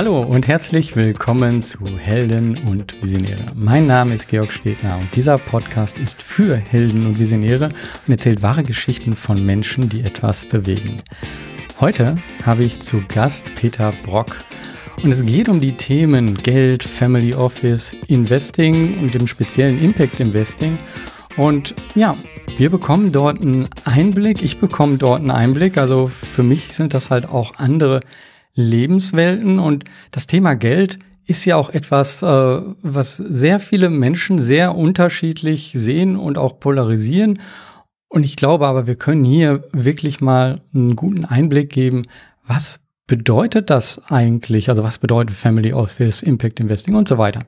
Hallo und herzlich willkommen zu Helden und Visionäre. Mein Name ist Georg Stedner und dieser Podcast ist für Helden und Visionäre und erzählt wahre Geschichten von Menschen, die etwas bewegen. Heute habe ich zu Gast Peter Brock und es geht um die Themen Geld, Family Office, Investing und im speziellen Impact Investing. Und ja, wir bekommen dort einen Einblick, ich bekomme dort einen Einblick, also für mich sind das halt auch andere Lebenswelten und das Thema Geld ist ja auch etwas, was sehr viele Menschen sehr unterschiedlich sehen und auch polarisieren. Und ich glaube aber, wir können hier wirklich mal einen guten Einblick geben, was bedeutet das eigentlich? Also was bedeutet Family Office, Impact Investing und so weiter.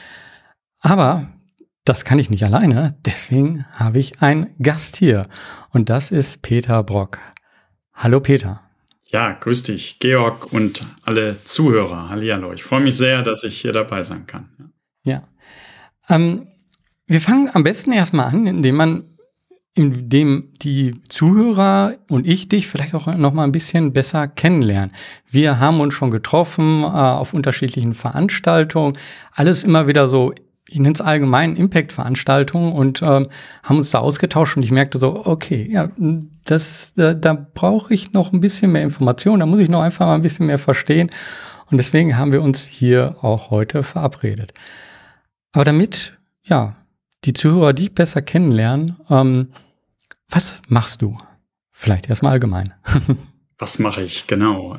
Aber das kann ich nicht alleine, deswegen habe ich einen Gast hier und das ist Peter Brock. Hallo Peter. Ja, grüß dich, Georg und alle Zuhörer. Hallihallo. Ich freue mich sehr, dass ich hier dabei sein kann. Ja. Wir fangen am besten erstmal an, indem die Zuhörer und ich dich vielleicht auch noch mal ein bisschen besser kennenlernen. Wir haben uns schon getroffen auf unterschiedlichen Veranstaltungen. Alles immer wieder so, ich nenne es allgemein Impact-Veranstaltungen und haben uns da ausgetauscht und ich merkte so, okay, ja, da brauche ich noch ein bisschen mehr Information, da muss ich noch einfach mal ein bisschen mehr verstehen und deswegen haben wir uns hier auch heute verabredet. Aber damit, ja, die Zuhörer dich besser kennenlernen, was machst du? Vielleicht erstmal allgemein. Was mache ich? Genau.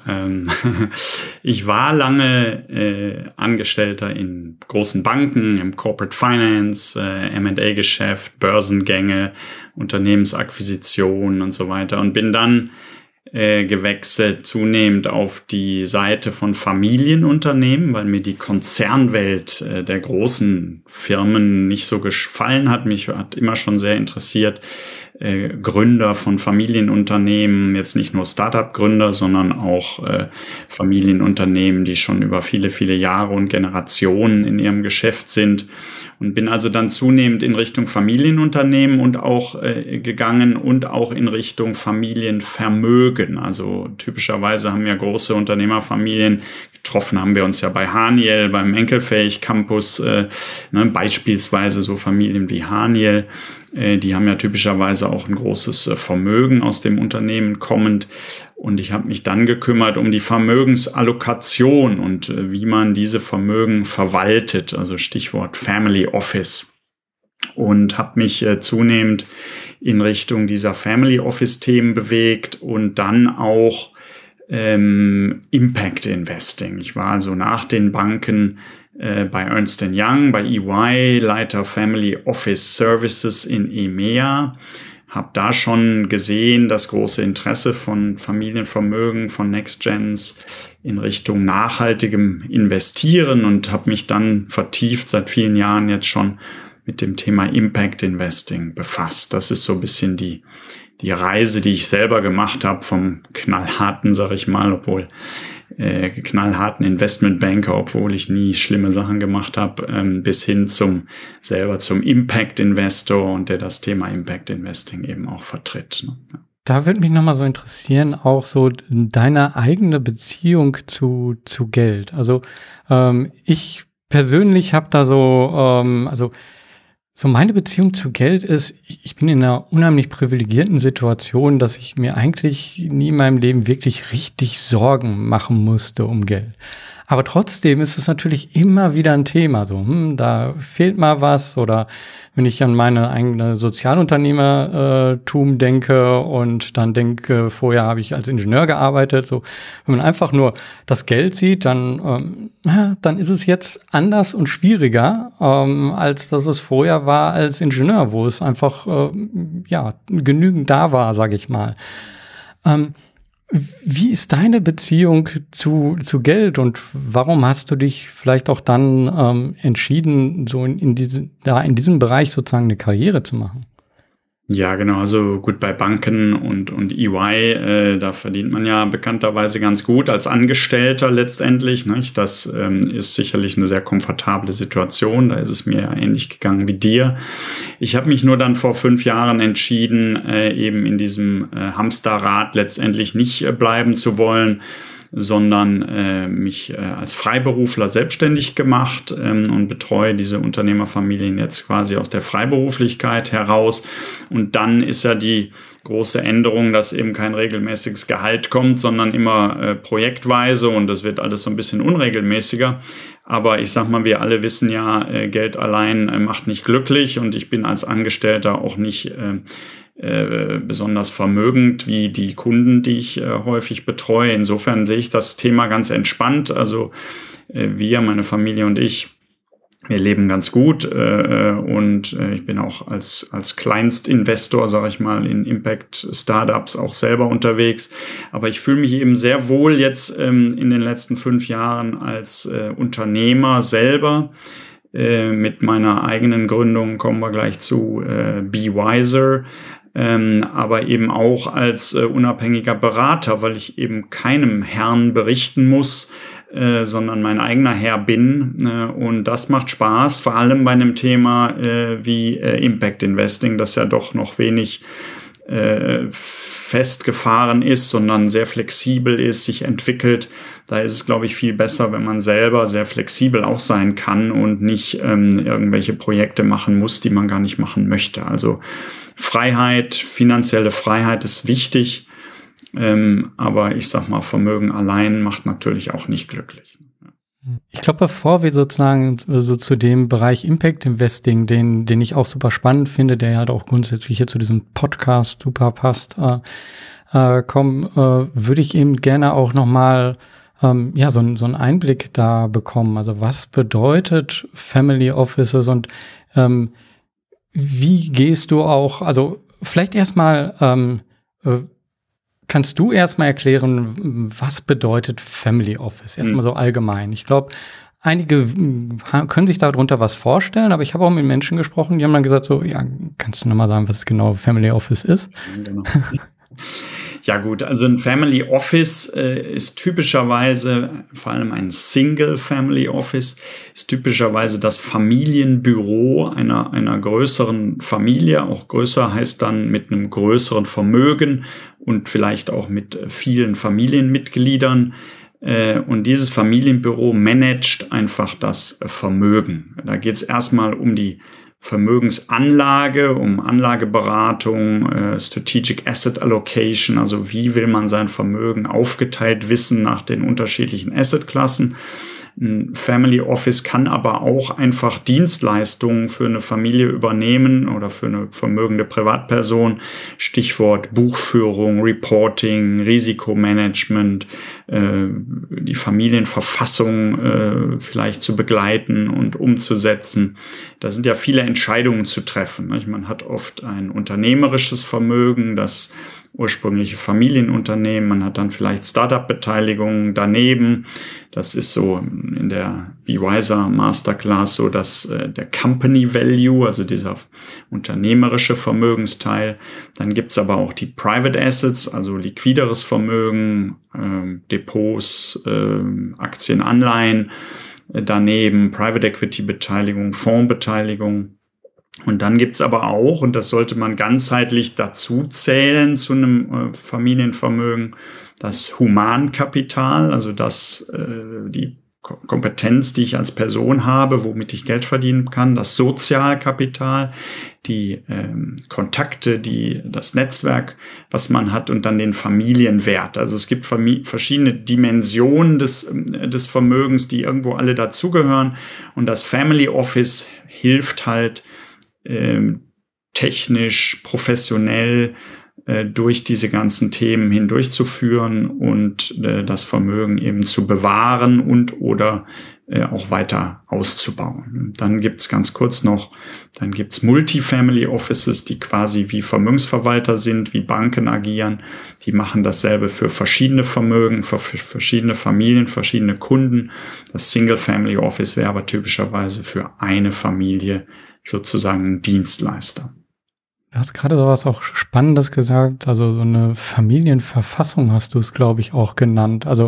Ich war lange Angestellter in großen Banken, im Corporate Finance, M&A-Geschäft, Börsengänge, Unternehmensakquisitionen und so weiter und bin dann gewechselt zunehmend auf die Seite von Familienunternehmen, weil mir die Konzernwelt der großen Firmen nicht so gefallen hat. Mich hat immer schon sehr interessiert, Gründer von Familienunternehmen, jetzt nicht nur Startup-Gründer, sondern auch Familienunternehmen, die schon über viele, viele Jahre und Generationen in ihrem Geschäft sind. Und bin also dann zunehmend in Richtung Familienunternehmen und auch gegangen und auch in Richtung Familienvermögen. Also typischerweise haben ja große Unternehmerfamilien, getroffen haben wir uns ja bei Haniel, beim Enkelfähig Campus, beispielsweise so Familien wie Haniel. Die haben ja typischerweise auch ein großes Vermögen aus dem Unternehmen kommend. Und ich habe mich dann gekümmert um die Vermögensallokation und wie man diese Vermögen verwaltet, also Stichwort Family Office. Und habe mich zunehmend in Richtung dieser Family Office-Themen bewegt und dann auch Impact Investing. Ich war also nach den Banken bei Ernst & Young, bei EY, Leiter Family Office Services in EMEA, habe da schon gesehen, das große Interesse von Familienvermögen, von NextGens in Richtung nachhaltigem Investieren und habe mich dann vertieft seit vielen Jahren jetzt schon mit dem Thema Impact Investing befasst. Das ist so ein bisschen die Reise, die ich selber gemacht habe, vom knallharten, sag ich mal, knallharten Investmentbanker, obwohl ich nie schlimme Sachen gemacht habe, bis hin zum Impact Investor und der das Thema Impact Investing eben auch vertritt. Ne? Da würde mich nochmal so interessieren, auch so deine eigene Beziehung zu Geld. Also ich persönlich habe da so meine Beziehung zu Geld ist, ich bin in einer unheimlich privilegierten Situation, dass ich mir eigentlich nie in meinem Leben wirklich richtig Sorgen machen musste um Geld. Aber trotzdem ist es natürlich immer wieder ein Thema, so, da fehlt mal was oder wenn ich an meine eigene Sozialunternehmertum denke und dann denke, vorher habe ich als Ingenieur gearbeitet, so, wenn man einfach nur das Geld sieht, dann ist es jetzt anders und schwieriger, als dass es vorher war als Ingenieur, wo es einfach, genügend da war, sage ich mal. Wie ist deine Beziehung zu Geld und warum hast du dich vielleicht auch dann entschieden, so in diesem Bereich sozusagen eine Karriere zu machen? Ja, genau. Also gut, bei Banken und EY, da verdient man ja bekannterweise ganz gut als Angestellter letztendlich. Nicht? Das ist sicherlich eine sehr komfortable Situation. Da ist es mir ja ähnlich gegangen wie dir. Ich habe mich nur dann vor 5 Jahren entschieden, eben in diesem Hamsterrad letztendlich nicht bleiben zu wollen, sondern mich als Freiberufler selbstständig gemacht und betreue diese Unternehmerfamilien jetzt quasi aus der Freiberuflichkeit heraus. Und dann ist ja die große Änderung, dass eben kein regelmäßiges Gehalt kommt, sondern immer projektweise, und das wird alles so ein bisschen unregelmäßiger. Aber ich sag mal, wir alle wissen ja, Geld allein macht nicht glücklich, und ich bin als Angestellter auch nicht besonders vermögend wie die Kunden, die ich häufig betreue. Insofern sehe ich das Thema ganz entspannt. Also meine Familie und ich, wir leben ganz gut, und ich bin auch als Kleinstinvestor, sage ich mal, in Impact-Startups auch selber unterwegs. Aber ich fühle mich eben sehr wohl jetzt in den letzten 5 Jahren als Unternehmer selber. Mit meiner eigenen Gründung kommen wir gleich zu Be Wiser, aber eben auch als unabhängiger Berater, weil ich eben keinem Herrn berichten muss, sondern mein eigener Herr bin. Und das macht Spaß, vor allem bei einem Thema wie Impact Investing, das ja doch noch wenig festgefahren ist, sondern sehr flexibel ist, sich entwickelt. Da ist es, glaube ich, viel besser, wenn man selber sehr flexibel auch sein kann und nicht irgendwelche Projekte machen muss, die man gar nicht machen möchte. Also Freiheit, finanzielle Freiheit ist wichtig, aber ich sag mal, Vermögen allein macht natürlich auch nicht glücklich. Ich glaube, bevor wir sozusagen so zu dem Bereich Impact Investing, den ich auch super spannend finde, der halt auch grundsätzlich hier zu diesem Podcast super passt, kommen, würde ich eben gerne auch nochmal so einen Einblick da bekommen. Also was bedeutet Family Offices und wie gehst du auch, also vielleicht erstmal, kannst du erstmal erklären, was bedeutet Family Office? Erstmal so allgemein. Ich glaube, einige können sich darunter was vorstellen, aber ich habe auch mit Menschen gesprochen, die haben dann gesagt so, ja, kannst du nochmal sagen, was genau Family Office ist? Genau. Ja gut, also ein Family Office ist typischerweise, vor allem ein Single Family Office, ist typischerweise das Familienbüro einer größeren Familie. Auch größer heißt dann mit einem größeren Vermögen und vielleicht auch mit vielen Familienmitgliedern. Und dieses Familienbüro managt einfach das Vermögen. Da geht es erstmal um die Vermögensanlage, um Anlageberatung, Strategic Asset Allocation, also wie will man sein Vermögen aufgeteilt wissen nach den unterschiedlichen Assetklassen. Ein Family Office kann aber auch einfach Dienstleistungen für eine Familie übernehmen oder für eine vermögende Privatperson. Stichwort Buchführung, Reporting, Risikomanagement, die Familienverfassung vielleicht zu begleiten und umzusetzen. Da sind ja viele Entscheidungen zu treffen. Man hat oft ein unternehmerisches Vermögen, das ursprüngliche Familienunternehmen, man hat dann vielleicht Startup-Beteiligungen daneben. Das ist so in der Be Wiser Masterclass so, dass der Company Value, also dieser unternehmerische Vermögensteil. Dann gibt's aber auch die Private Assets, also liquideres Vermögen, Depots, Aktien, Anleihen, daneben Private Equity Beteiligung, Fondsbeteiligung. Und dann gibt's aber auch, und das sollte man ganzheitlich dazu zählen zu einem Familienvermögen, das Humankapital, also die Kompetenz, die ich als Person habe, womit ich Geld verdienen kann, das Sozialkapital, die Kontakte, das Netzwerk, was man hat, und dann den Familienwert. Also es gibt verschiedene Dimensionen des Vermögens, die irgendwo alle dazugehören, und das Family Office hilft halt technisch, professionell durch diese ganzen Themen hindurchzuführen und das Vermögen eben zu bewahren und oder auch weiter auszubauen. Dann gibt's ganz kurz noch, dann gibt's Multifamily Offices, die quasi wie Vermögensverwalter sind, wie Banken agieren. Die machen dasselbe für verschiedene Vermögen, für verschiedene Familien, verschiedene Kunden. Das Single Family Office wäre aber typischerweise für eine Familie sozusagen ein Dienstleister. Du hast gerade so was auch Spannendes gesagt, also so eine Familienverfassung hast du es, glaube ich, auch genannt. Also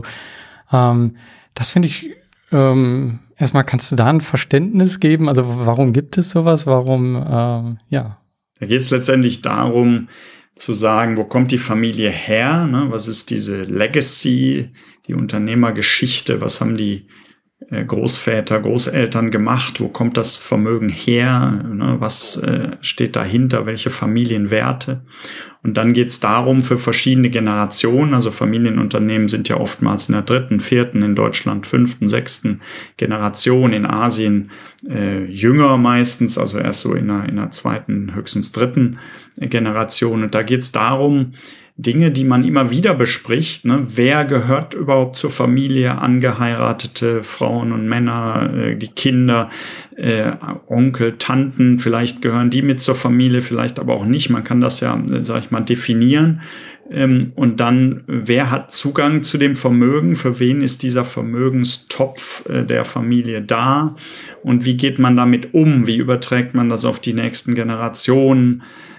das finde ich, erstmal kannst du da ein Verständnis geben, also warum gibt es sowas, warum, ja. Da geht es letztendlich darum, zu sagen, wo kommt die Familie her, ne? Was ist diese Legacy, die Unternehmergeschichte, was haben die Großväter, Großeltern gemacht, wo kommt das Vermögen her, ne? Was steht dahinter, welche Familienwerte. Und dann geht es darum, für verschiedene Generationen, also Familienunternehmen sind ja oftmals in der 3., 4., in Deutschland 5., 6. Generation, in Asien jünger meistens, also erst so in der 2., höchstens 3. Generation. Und da geht es darum, Dinge, die man immer wieder bespricht, ne? Wer gehört überhaupt zur Familie, angeheiratete Frauen und Männer, die Kinder, Onkel, Tanten, vielleicht gehören die mit zur Familie, vielleicht aber auch nicht. Man kann das ja, sag ich mal, definieren. Und dann, wer hat Zugang zu dem Vermögen? Für wen ist dieser Vermögenstopf der Familie da? Und wie geht man damit um? Wie überträgt man das auf die nächsten Generationen?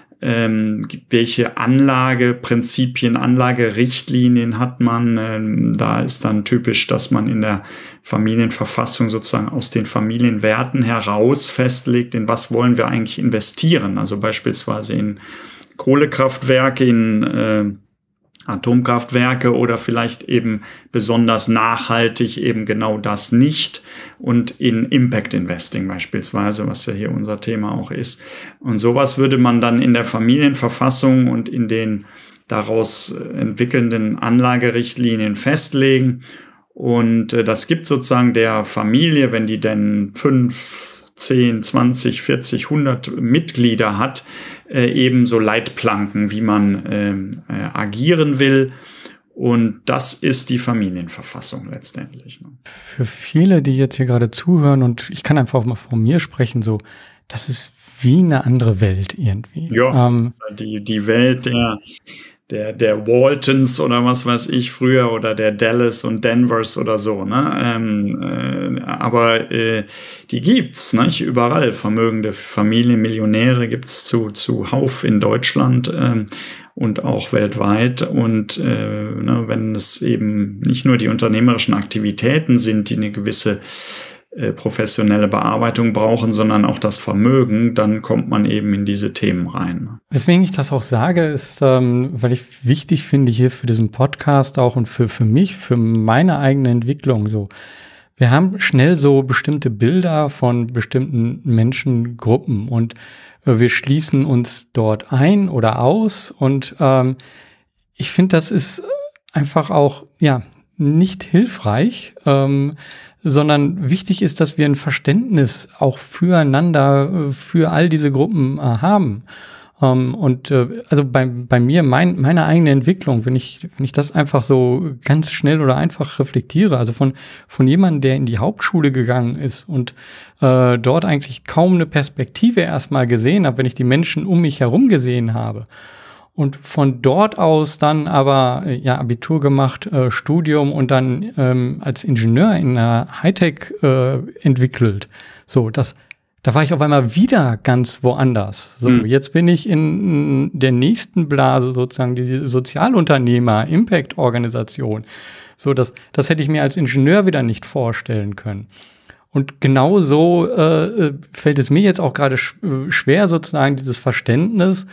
Welche Anlageprinzipien, Anlagerichtlinien hat man? Da ist dann typisch, dass man in der Familienverfassung sozusagen aus den Familienwerten heraus festlegt, in was wollen wir eigentlich investieren. Also beispielsweise in Kohlekraftwerke, in Atomkraftwerke oder vielleicht eben besonders nachhaltig eben genau das nicht und in Impact Investing beispielsweise, was ja hier unser Thema auch ist. Und sowas würde man dann in der Familienverfassung und in den daraus entwickelnden Anlagerichtlinien festlegen. Und das gibt sozusagen der Familie, wenn die denn 5, 10, 20, 40, 100 Mitglieder hat, eben so Leitplanken, wie man agieren will. Und das ist die Familienverfassung letztendlich. Ne? Für viele, die jetzt hier gerade zuhören, und ich kann einfach mal von mir sprechen, so, das ist wie eine andere Welt irgendwie. Ja, die Welt der Waltons oder was weiß ich früher oder der Dallas und Denvers oder so, ne? Aber die gibt's, nicht? Überall. Vermögende Familien, Millionäre gibt's zuhauf in Deutschland und auch weltweit. Und wenn es eben nicht nur die unternehmerischen Aktivitäten sind, die eine gewisse professionelle Bearbeitung brauchen, sondern auch das Vermögen, dann kommt man eben in diese Themen rein. Weswegen ich das auch sage, ist, weil ich wichtig finde hier für diesen Podcast auch und für mich, für meine eigene Entwicklung so. Wir haben schnell so bestimmte Bilder von bestimmten Menschengruppen und wir schließen uns dort ein oder aus und ich finde, das ist einfach auch, ja, nicht hilfreich, sondern wichtig ist, dass wir ein Verständnis auch füreinander, für all diese Gruppen haben. Also bei mir, meine eigene Entwicklung, wenn ich das einfach so ganz schnell oder einfach reflektiere, also von jemandem, der in die Hauptschule gegangen ist und dort eigentlich kaum eine Perspektive erstmal gesehen habe, wenn ich die Menschen um mich herum gesehen habe. Und von dort aus dann aber Abitur gemacht, Studium und dann als Ingenieur in der Hightech entwickelt. So, da war ich auf einmal wieder ganz woanders. So, jetzt bin ich in der nächsten Blase sozusagen, die Sozialunternehmer, Impact-Organisation. So, das hätte ich mir als Ingenieur wieder nicht vorstellen können. Und genau so fällt es mir jetzt auch gerade schwer, sozusagen dieses Verständnis,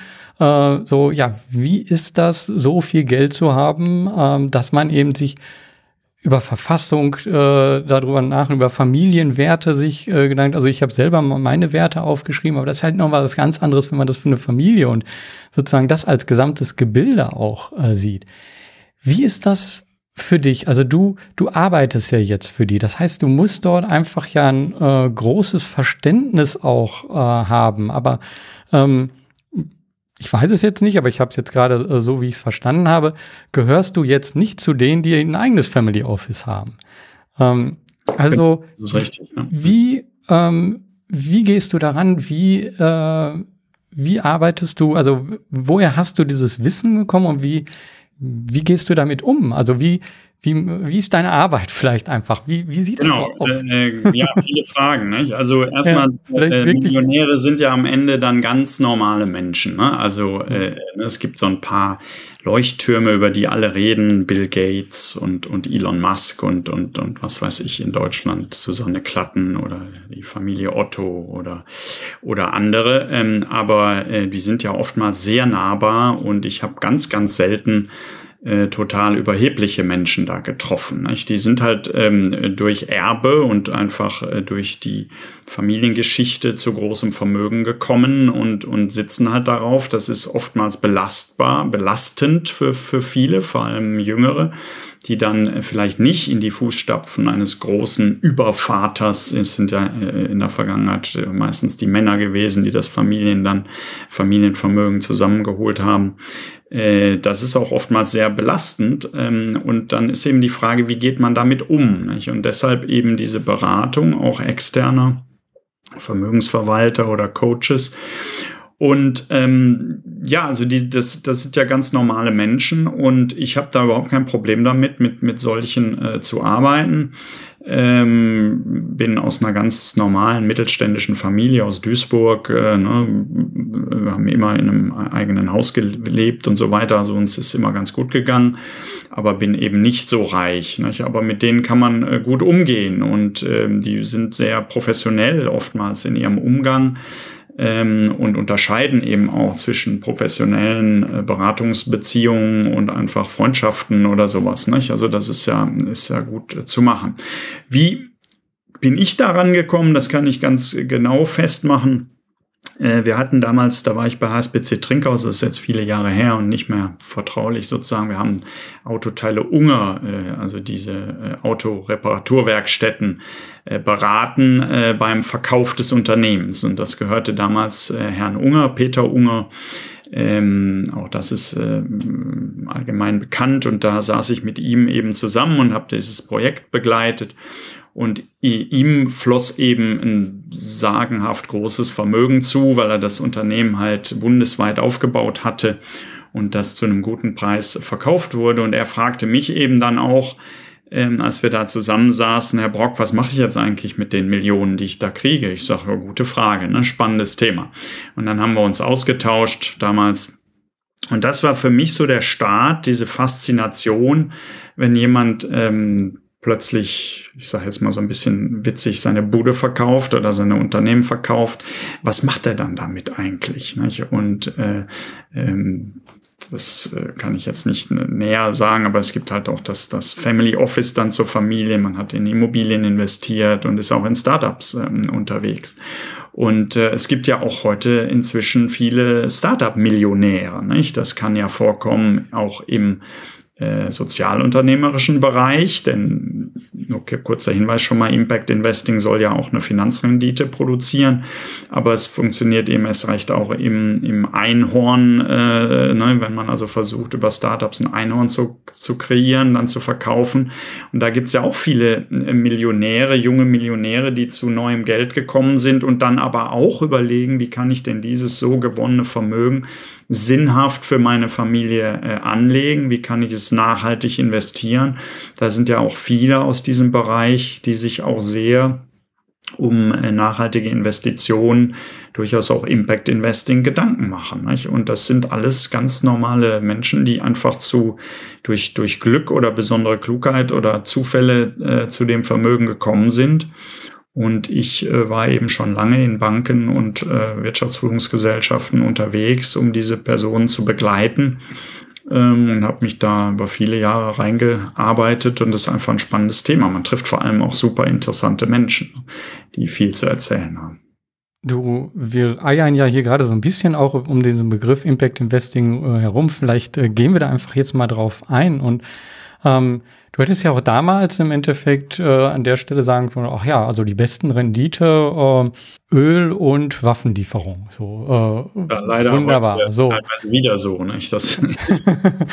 wie ist das, so viel Geld zu haben, dass man eben sich über Verfassung über Familienwerte sich Gedanken, also ich habe selber meine Werte aufgeschrieben, aber das ist halt noch was ganz anderes, wenn man das für eine Familie und sozusagen das als gesamtes Gebilde auch sieht. Wie ist das für dich? Also du arbeitest ja jetzt für die. Das heißt, du musst dort einfach ja ein großes Verständnis auch haben. Aber ich weiß es jetzt nicht, aber ich habe es jetzt gerade so, wie ich es verstanden habe, gehörst du jetzt nicht zu denen, die ein eigenes Family Office haben. Also das ist richtig, ja. Wie gehst du daran? Wie arbeitest du? Also woher hast du dieses Wissen bekommen und wie gehst du damit um? Also wie wie ist deine Arbeit vielleicht einfach? Wie sieht das aus? Ja, viele Fragen. Nicht? Also erstmal, Millionäre sind ja am Ende dann ganz normale Menschen. Ne? Also es gibt so ein paar Leuchttürme, über die alle reden, Bill Gates und Elon Musk und was weiß ich in Deutschland, Susanne Klatten oder die Familie Otto oder andere. Aber die sind ja oftmals sehr nahbar und ich habe ganz, ganz selten total überhebliche Menschen da getroffen. Nicht? Die sind halt durch Erbe und einfach durch die Familiengeschichte zu großem Vermögen gekommen und sitzen halt darauf. Das ist oftmals belastend für viele, vor allem Jüngere, die dann vielleicht nicht in die Fußstapfen eines großen Übervaters, es sind ja in der Vergangenheit meistens die Männer gewesen, die das Familienvermögen zusammengeholt haben. Das ist auch oftmals sehr belastend. Und dann ist eben die Frage, wie geht man damit um? Nicht? Und deshalb eben diese Beratung auch externer Vermögensverwalter oder Coaches. Und also das sind ja ganz normale Menschen und ich habe da überhaupt kein Problem damit, mit solchen zu arbeiten. Bin aus einer ganz normalen mittelständischen Familie aus Duisburg. Wir haben immer in einem eigenen Haus gelebt und so weiter. Also uns ist immer ganz gut gegangen, aber bin eben nicht so reich. Nicht? Aber mit denen kann man gut umgehen und die sind sehr professionell oftmals in ihrem Umgang. Und unterscheiden eben auch zwischen professionellen Beratungsbeziehungen und einfach Freundschaften oder sowas. Nicht? Also das ist ja gut zu machen. Wie bin ich daran gekommen? Das kann ich ganz genau festmachen. Wir hatten damals, da war ich bei HSBC Trinkhaus, das ist jetzt viele Jahre her und nicht mehr vertraulich sozusagen. Wir haben Autoteile Unger, also diese Autoreparaturwerkstätten, beraten beim Verkauf des Unternehmens. Und das gehörte damals Herrn Unger, Peter Unger. Auch das ist allgemein bekannt. Und da saß ich mit ihm eben zusammen und habe dieses Projekt begleitet. Und ihm floss eben ein sagenhaft großes Vermögen zu, weil er das Unternehmen halt bundesweit aufgebaut hatte und das zu einem guten Preis verkauft wurde. Und er fragte mich eben dann auch, als wir da zusammensaßen, Herr Brock, was mache ich jetzt eigentlich mit den Millionen, die ich da kriege? Ich sage, ja, gute Frage, ne? Spannendes Thema. Und dann haben wir uns ausgetauscht damals. Und das war für mich so der Start, diese Faszination, wenn jemand plötzlich, ich sage jetzt mal so ein bisschen witzig, seine Bude verkauft oder seine Unternehmen verkauft. Was macht er dann damit eigentlich? Nicht? Und das kann ich jetzt nicht näher sagen, aber es gibt halt auch das Family Office dann zur Familie. Man hat in Immobilien investiert und ist auch in Startups unterwegs. Und es gibt ja auch heute inzwischen viele Startup-Millionäre. Nicht? Das kann ja vorkommen auch im sozialunternehmerischen Bereich, denn nur kurzer Hinweis schon mal, Impact Investing soll ja auch eine Finanzrendite produzieren, aber es funktioniert eben erst recht auch im Einhorn, wenn man also versucht, über Startups ein Einhorn zu kreieren, dann zu verkaufen. Und da gibt's ja auch viele Millionäre, junge Millionäre, die zu neuem Geld gekommen sind und dann aber auch überlegen, wie kann ich denn dieses so gewonnene Vermögen sinnhaft für meine Familie anlegen, wie kann ich es nachhaltig investieren. Da sind ja auch viele aus diesem Bereich, die sich auch sehr um nachhaltige Investitionen, durchaus auch Impact Investing Gedanken machen. Nicht? Und das sind alles ganz normale Menschen, die einfach durch Glück oder besondere Klugheit oder Zufälle zu dem Vermögen gekommen sind. Und ich war eben schon lange in Banken und Wirtschaftsprüfungsgesellschaften unterwegs, um diese Personen zu begleiten und habe mich da über viele Jahre reingearbeitet und das ist einfach ein spannendes Thema. Man trifft vor allem auch super interessante Menschen, die viel zu erzählen haben. Wir eiern ja hier gerade so ein bisschen auch um diesen Begriff Impact Investing herum. Vielleicht gehen wir da einfach jetzt mal drauf ein und du hättest ja auch damals im Endeffekt an der Stelle sagen können, ach ja, also die besten Rendite, Öl und Waffenlieferung. So, ja, leider wunderbar. Aber so. Wieder so, nicht? Das ist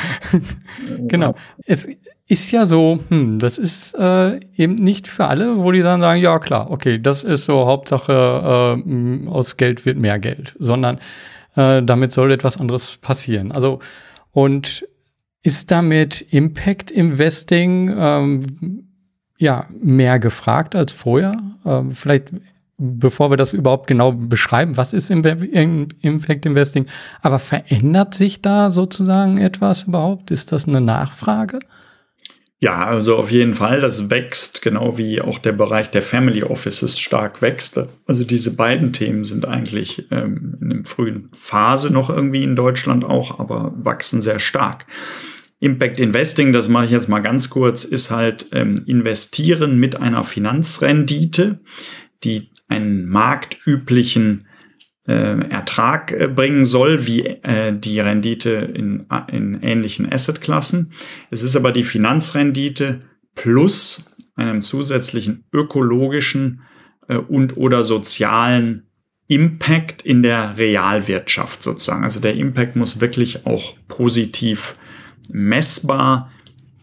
genau. Es ist ja so, das ist eben nicht für alle, wo die dann sagen, ja klar, okay, das ist so Hauptsache, aus Geld wird mehr Geld, sondern damit soll etwas anderes passieren. Also, und Ist damit Impact Investing mehr gefragt als vorher? Vielleicht, bevor wir das überhaupt genau beschreiben, was ist Impact Investing? Aber verändert sich da sozusagen etwas überhaupt? Ist das eine Nachfrage? Ja, also auf jeden Fall, das wächst, genau wie auch der Bereich der Family Offices stark wächst. Also diese beiden Themen sind eigentlich in der frühen Phase noch irgendwie in Deutschland auch, aber wachsen sehr stark. Impact Investing, das mache ich jetzt mal ganz kurz, ist halt investieren mit einer Finanzrendite, die einen marktüblichen Ertrag bringen soll, wie die Rendite in ähnlichen Assetklassen. Es ist aber die Finanzrendite plus einem zusätzlichen ökologischen und oder sozialen Impact in der Realwirtschaft sozusagen. Also der Impact muss wirklich auch positiv messbar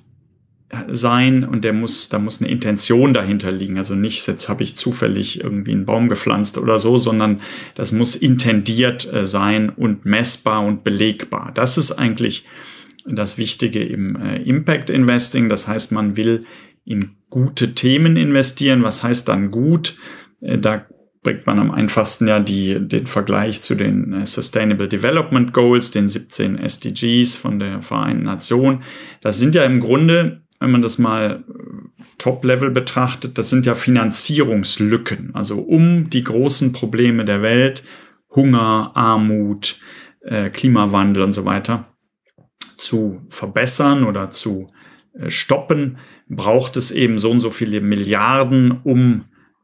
sein und da muss eine Intention dahinter liegen. Also nicht, jetzt habe ich zufällig irgendwie einen Baum gepflanzt oder so, sondern das muss intendiert sein und messbar und belegbar. Das ist eigentlich das Wichtige im Impact Investing. Das heißt, man will in gute Themen investieren. Was heißt dann gut? Da bringt man am einfachsten ja den Vergleich zu den Sustainable Development Goals, den 17 SDGs von der Vereinten Nationen. Das sind ja im Grunde, wenn man das mal Top-Level betrachtet, das sind ja Finanzierungslücken. Also um die großen Probleme der Welt, Hunger, Armut, Klimawandel und so weiter, zu verbessern oder zu stoppen, braucht es eben so und so viele Milliarden, um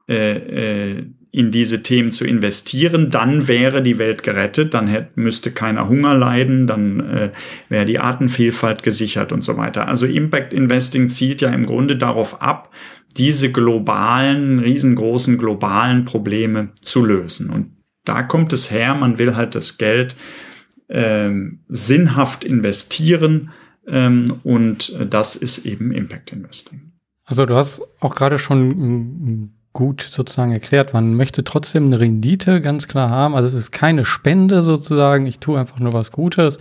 in diese Themen zu investieren, dann wäre die Welt gerettet, dann müsste keiner Hunger leiden, dann wäre die Artenvielfalt gesichert und so weiter. Also Impact Investing zielt ja im Grunde darauf ab, diese riesengroßen globalen Probleme zu lösen. Und da kommt es her, man will halt das Geld sinnhaft investieren und das ist eben Impact Investing. Also du hast auch gerade schon gut sozusagen erklärt, man möchte trotzdem eine Rendite ganz klar haben. Also es ist keine Spende sozusagen, ich tue einfach nur was Gutes,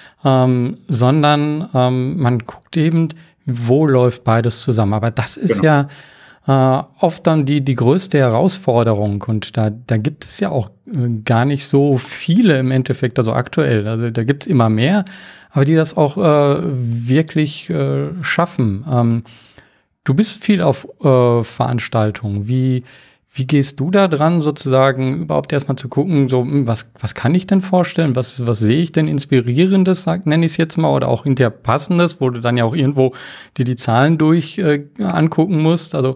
sondern man guckt eben, wo läuft beides zusammen. Aber das ist ja oft dann die größte Herausforderung und da gibt es ja auch gar nicht so viele im Endeffekt, also aktuell. Also da gibt es immer mehr, aber die das auch wirklich schaffen. Du bist viel auf Veranstaltungen. Wie gehst du da dran, sozusagen überhaupt erstmal zu gucken, so was kann ich denn vorstellen, was sehe ich denn Inspirierendes, nenne ich es jetzt mal, oder auch hinterher Passendes, wo du dann ja auch irgendwo dir die Zahlen angucken musst. Also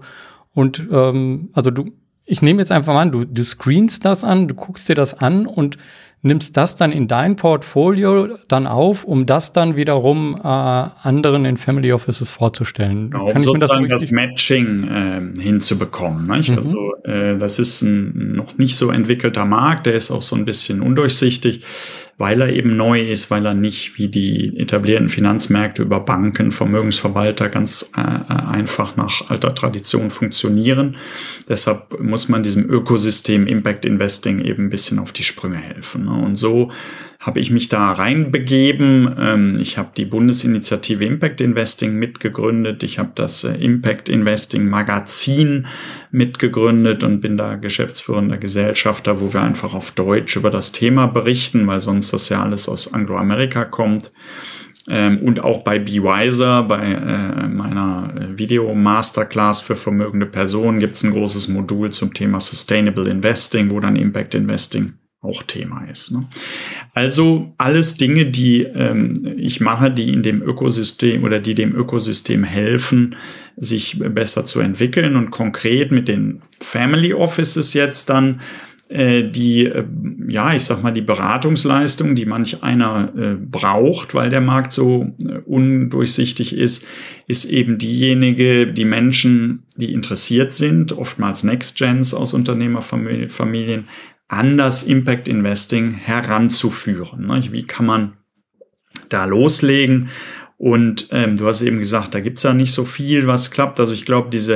ich nehme jetzt einfach mal an, du screenst das an, du guckst dir das an und nimmst das dann in dein Portfolio dann auf, um das dann wiederum anderen in Family Offices vorzustellen. Genau, um sozusagen das Matching hinzubekommen. Nicht? Mhm. Also das ist ein noch nicht so entwickelter Markt, der ist auch so ein bisschen undurchsichtig, weil er eben neu ist, weil er nicht wie die etablierten Finanzmärkte über Banken, Vermögensverwalter ganz einfach nach alter Tradition funktionieren. Deshalb muss man diesem Ökosystem Impact Investing eben ein bisschen auf die Sprünge helfen. Und so habe ich mich da reinbegeben. Ich habe die Bundesinitiative Impact Investing mitgegründet. Ich habe das Impact Investing Magazin mitgegründet und bin da geschäftsführender Gesellschafter, wo wir einfach auf Deutsch über das Thema berichten, weil sonst das ja alles aus Angloamerika kommt. Und auch bei Be Wiser, bei meiner Video-Masterclass für vermögende Personen, gibt es ein großes Modul zum Thema Sustainable Investing, wo dann Impact Investing auch Thema ist. Ne? Also alles Dinge, die ich mache, die in dem Ökosystem oder die dem Ökosystem helfen, sich besser zu entwickeln und konkret mit den Family Offices jetzt dann die Beratungsleistung, die manch einer braucht, weil der Markt so undurchsichtig ist eben diejenige, die Menschen, die interessiert sind, oftmals Next Gens aus Unternehmerfamilien, an das Impact Investing heranzuführen. Ne? Wie kann man da loslegen? Und du hast eben gesagt, da gibt's ja nicht so viel, was klappt. Also ich glaube, diese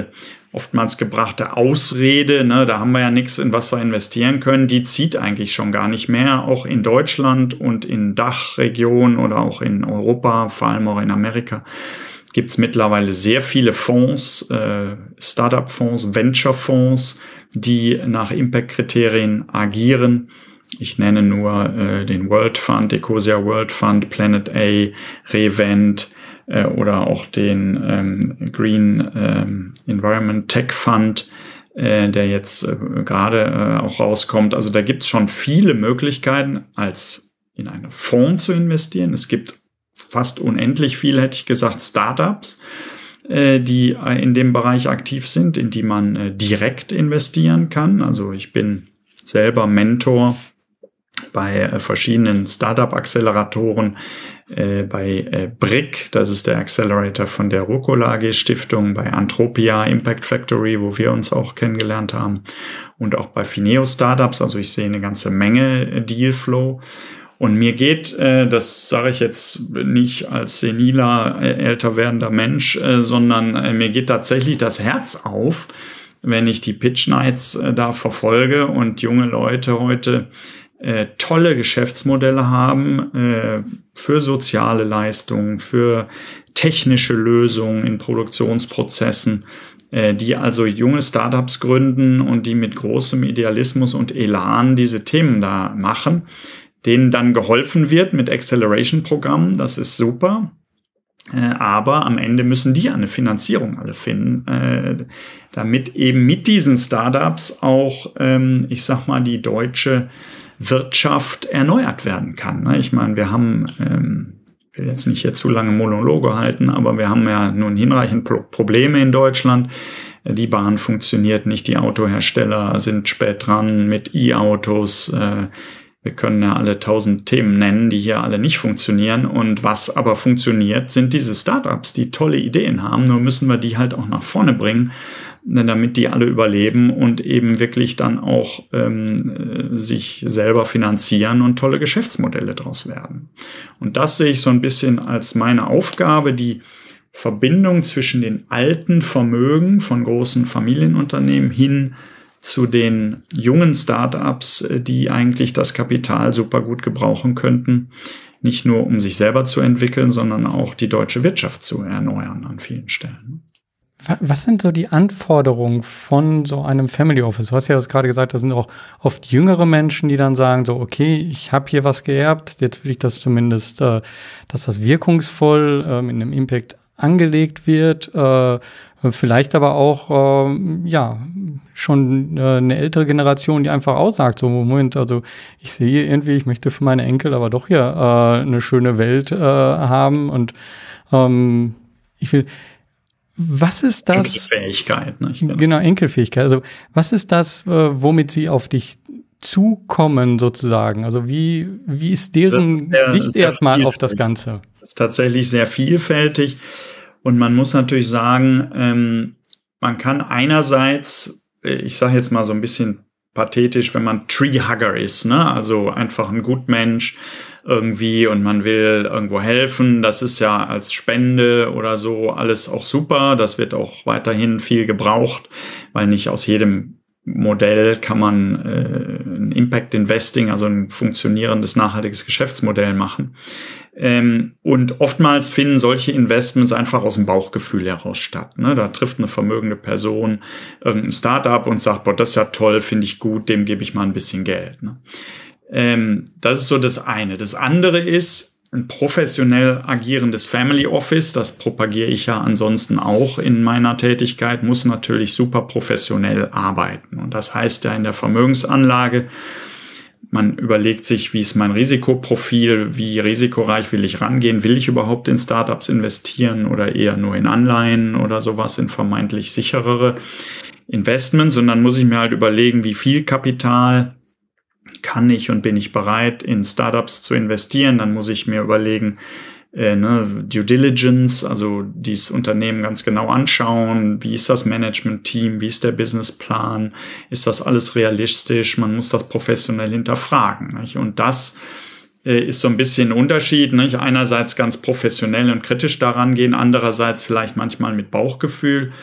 oftmals gebrachte Ausrede, ne, da haben wir ja nichts, in was wir investieren können, die zieht eigentlich schon gar nicht mehr. Auch in Deutschland und in Dachregionen oder auch in Europa, vor allem auch in Amerika, gibt es mittlerweile sehr viele Fonds, Startup-Fonds, Venture-Fonds, die nach Impact-Kriterien agieren. Ich nenne nur den World Fund, Ecosia World Fund, Planet A, Revent, oder auch den Green Environment Tech Fund, der jetzt gerade auch rauskommt. Also da gibt es schon viele Möglichkeiten, als in einen Fonds zu investieren. Es gibt fast unendlich viel, hätte ich gesagt, Startups, die in dem Bereich aktiv sind, in die man direkt investieren kann. Also ich bin selber Mentor bei verschiedenen Startup-Acceleratoren, bei BRIC, das ist der Accelerator von der Rucola AG Stiftung, bei Antropia Impact Factory, wo wir uns auch kennengelernt haben, und auch bei Fineo Startups. Also ich sehe eine ganze Menge Dealflow. Und mir geht, das sage ich jetzt nicht als seniler, älter werdender Mensch, sondern mir geht tatsächlich das Herz auf, wenn ich die Pitch Nights da verfolge und junge Leute heute tolle Geschäftsmodelle haben für soziale Leistungen, für technische Lösungen in Produktionsprozessen, die also junge Startups gründen und die mit großem Idealismus und Elan diese Themen da machen, denen dann geholfen wird mit Acceleration-Programmen. Das ist super. Aber am Ende müssen die eine Finanzierung alle finden, damit eben mit diesen Startups auch, ich sag mal, die deutsche Wirtschaft erneuert werden kann. Ich meine, wir haben, ich will jetzt nicht hier zu lange Monologe halten, aber wir haben ja nun hinreichend Probleme in Deutschland. Die Bahn funktioniert nicht, die Autohersteller sind spät dran mit E-Autos. Wir können ja alle 1000 Themen nennen, die hier alle nicht funktionieren. Und was aber funktioniert, sind diese Startups, die tolle Ideen haben. Nur müssen wir die halt auch nach vorne bringen, damit die alle überleben und eben wirklich dann auch sich selber finanzieren und tolle Geschäftsmodelle draus werden. Und das sehe ich so ein bisschen als meine Aufgabe, die Verbindung zwischen den alten Vermögen von großen Familienunternehmen hin zu den jungen Startups, die eigentlich das Kapital super gut gebrauchen könnten. Nicht nur, um sich selber zu entwickeln, sondern auch die deutsche Wirtschaft zu erneuern an vielen Stellen. Was sind so die Anforderungen von so einem Family Office? Du hast ja gerade gesagt, das sind auch oft jüngere Menschen, die dann sagen so, okay, ich habe hier was geerbt, jetzt will ich das zumindest, dass das wirkungsvoll in einem Impact angelegt wird, vielleicht aber auch schon eine ältere Generation, die einfach aussagt, so Moment, also ich sehe irgendwie, ich möchte für meine Enkel aber doch hier eine schöne Welt haben und ich will. Was ist das? Enkelfähigkeit, ne? Genau, Enkelfähigkeit. Also was ist das, womit sie auf dich zukommen sozusagen? Also wie ist deren Sicht erstmal auf das Ganze? Das ist tatsächlich sehr vielfältig und man muss natürlich sagen, man kann einerseits, ich sage jetzt mal so ein bisschen pathetisch, wenn man Treehugger ist, ne? Also einfach ein Gutmensch irgendwie und man will irgendwo helfen, das ist ja als Spende oder so alles auch super, das wird auch weiterhin viel gebraucht, weil nicht aus jedem Modell kann man ein Impact Investing, also ein funktionierendes, nachhaltiges Geschäftsmodell machen. Und oftmals finden solche Investments einfach aus dem Bauchgefühl heraus statt. Ne? Da trifft eine vermögende Person irgendein Startup und sagt, boah, das ist ja toll, finde ich gut, dem gebe ich mal ein bisschen Geld. Ne? Das ist so das eine. Das andere ist ein professionell agierendes Family Office. Das propagiere ich ja ansonsten auch in meiner Tätigkeit, muss natürlich super professionell arbeiten. Und das heißt ja in der Vermögensanlage, man überlegt sich, wie ist mein Risikoprofil, wie risikoreich will ich rangehen, will ich überhaupt in Startups investieren oder eher nur in Anleihen oder sowas, in vermeintlich sicherere Investments. Und dann muss ich mir halt überlegen, wie viel Kapital kann ich und bin ich bereit, in Startups zu investieren. Dann muss ich mir überlegen, Due Diligence, also dieses Unternehmen ganz genau anschauen. Wie ist das Management-Team? Wie ist der Businessplan? Ist das alles realistisch? Man muss das professionell hinterfragen. Nicht? Und das ist so ein bisschen ein Unterschied. Nicht? Einerseits ganz professionell und kritisch daran gehen, andererseits vielleicht manchmal mit Bauchgefühl.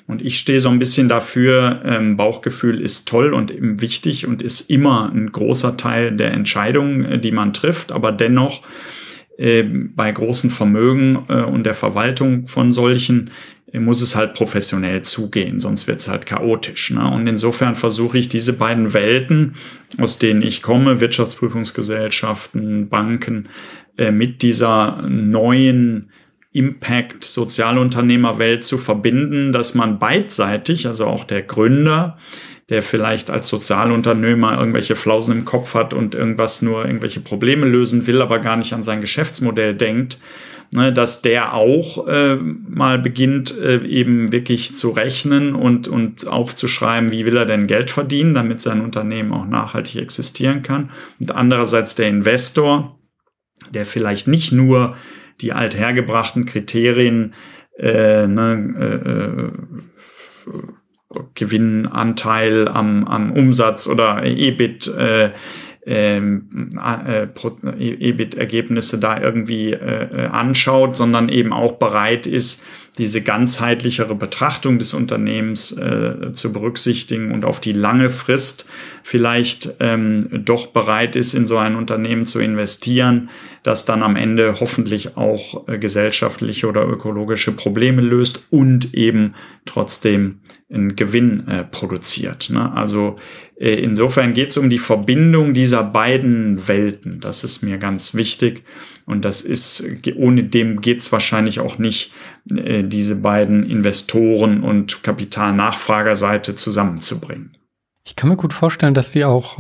Und ich stehe so ein bisschen dafür, Bauchgefühl ist toll und wichtig und ist immer ein großer Teil der Entscheidungen, die man trifft, aber dennoch bei großen Vermögen und der Verwaltung von solchen muss es halt professionell zugehen, sonst wird es halt chaotisch. Ne? Und insofern versuche ich diese beiden Welten, aus denen ich komme, Wirtschaftsprüfungsgesellschaften, Banken, mit dieser neuen Impact Sozialunternehmerwelt zu verbinden, dass man beidseitig, also auch der Gründer, der vielleicht als Sozialunternehmer irgendwelche Flausen im Kopf hat und irgendwelche Probleme lösen will, aber gar nicht an sein Geschäftsmodell denkt, ne, dass der auch mal beginnt, eben wirklich zu rechnen und aufzuschreiben, wie will er denn Geld verdienen, damit sein Unternehmen auch nachhaltig existieren kann. Und andererseits der Investor, der vielleicht nicht nur die althergebrachten Kriterien, Gewinnanteil am Umsatz oder EBIT-Ergebnisse da irgendwie anschaut, sondern eben auch bereit ist, diese ganzheitlichere Betrachtung des Unternehmens zu berücksichtigen und auf die lange Frist vielleicht doch bereit ist, in so ein Unternehmen zu investieren, das dann am Ende hoffentlich auch gesellschaftliche oder ökologische Probleme löst und eben trotzdem einen Gewinn produziert. Ne? Also insofern geht es um die Verbindung dieser beiden Welten. Das ist mir ganz wichtig. Und das ist, ohne dem geht es wahrscheinlich auch nicht, diese beiden Investoren- und Kapitalnachfragerseite zusammenzubringen. Ich kann mir gut vorstellen, dass die auch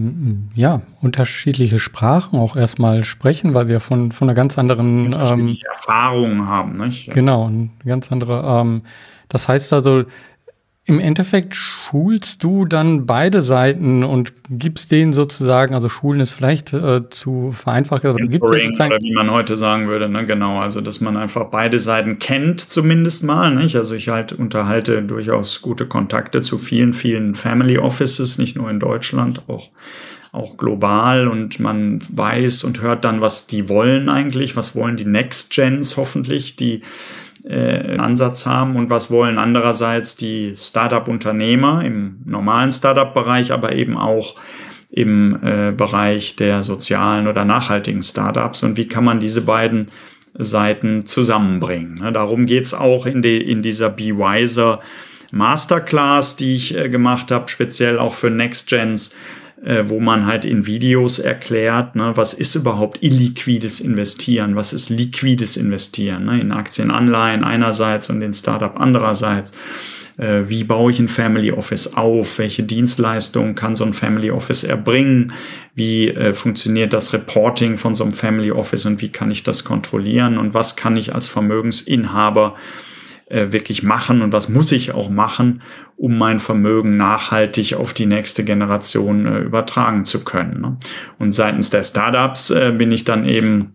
unterschiedliche Sprachen auch erstmal sprechen, weil sie ja von einer ganz anderen Erfahrungen haben. Nicht? Ja. Genau, eine ganz andere. Das heißt also, im Endeffekt schulst du dann beide Seiten und gibst denen sozusagen, also schulen ist vielleicht zu vereinfacht, aber du gibst sozusagen, oder wie man heute sagen würde, ne, genau, also dass man einfach beide Seiten kennt zumindest mal, nicht? Also ich unterhalte durchaus gute Kontakte zu vielen, vielen Family Offices, nicht nur in Deutschland, auch global, und man weiß und hört dann, was die wollen eigentlich, was wollen die Next Gens hoffentlich, die einen Ansatz haben, und was wollen andererseits die Startup-Unternehmer im normalen Startup-Bereich, aber eben auch im Bereich der sozialen oder nachhaltigen Startups, und wie kann man diese beiden Seiten zusammenbringen. Ne? Darum geht's auch in dieser Be Wiser Masterclass, die ich gemacht habe, speziell auch für Next Gens, wo man halt in Videos erklärt, ne, was ist überhaupt illiquides Investieren, was ist liquides Investieren, ne, in Aktien, Anleihen einerseits und in Startup andererseits. Wie baue ich ein Family Office auf? Welche Dienstleistungen kann so ein Family Office erbringen? Wie funktioniert das Reporting von so einem Family Office und wie kann ich das kontrollieren? Und was kann ich als Vermögensinhaber wirklich machen und was muss ich auch machen, um mein Vermögen nachhaltig auf die nächste Generation übertragen zu können. Ne? Und seitens der Startups bin ich dann eben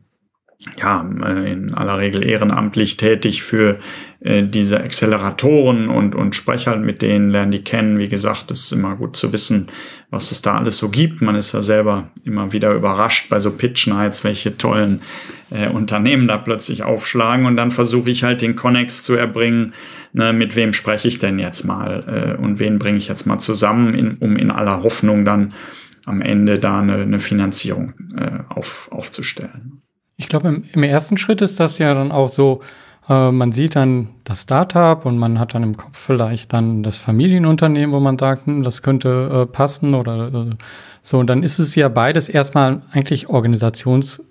in aller Regel ehrenamtlich tätig für diese Acceleratoren und spreche halt mit denen, lerne die kennen. Wie gesagt, es ist immer gut zu wissen, was es da alles so gibt. Man ist ja selber immer wieder überrascht bei so Pitch Nights, welche tollen Unternehmen da plötzlich aufschlagen, und dann versuche ich halt den Connex zu erbringen, ne, mit wem spreche ich denn jetzt mal und wen bringe ich jetzt mal zusammen, um in aller Hoffnung dann am Ende da eine Finanzierung aufzustellen. Ich glaube, im ersten Schritt ist das ja dann auch so, man sieht dann das Startup und man hat dann im Kopf vielleicht dann das Familienunternehmen, wo man sagt, das könnte passen oder so. Und dann ist es ja beides erstmal eigentlich Organisation.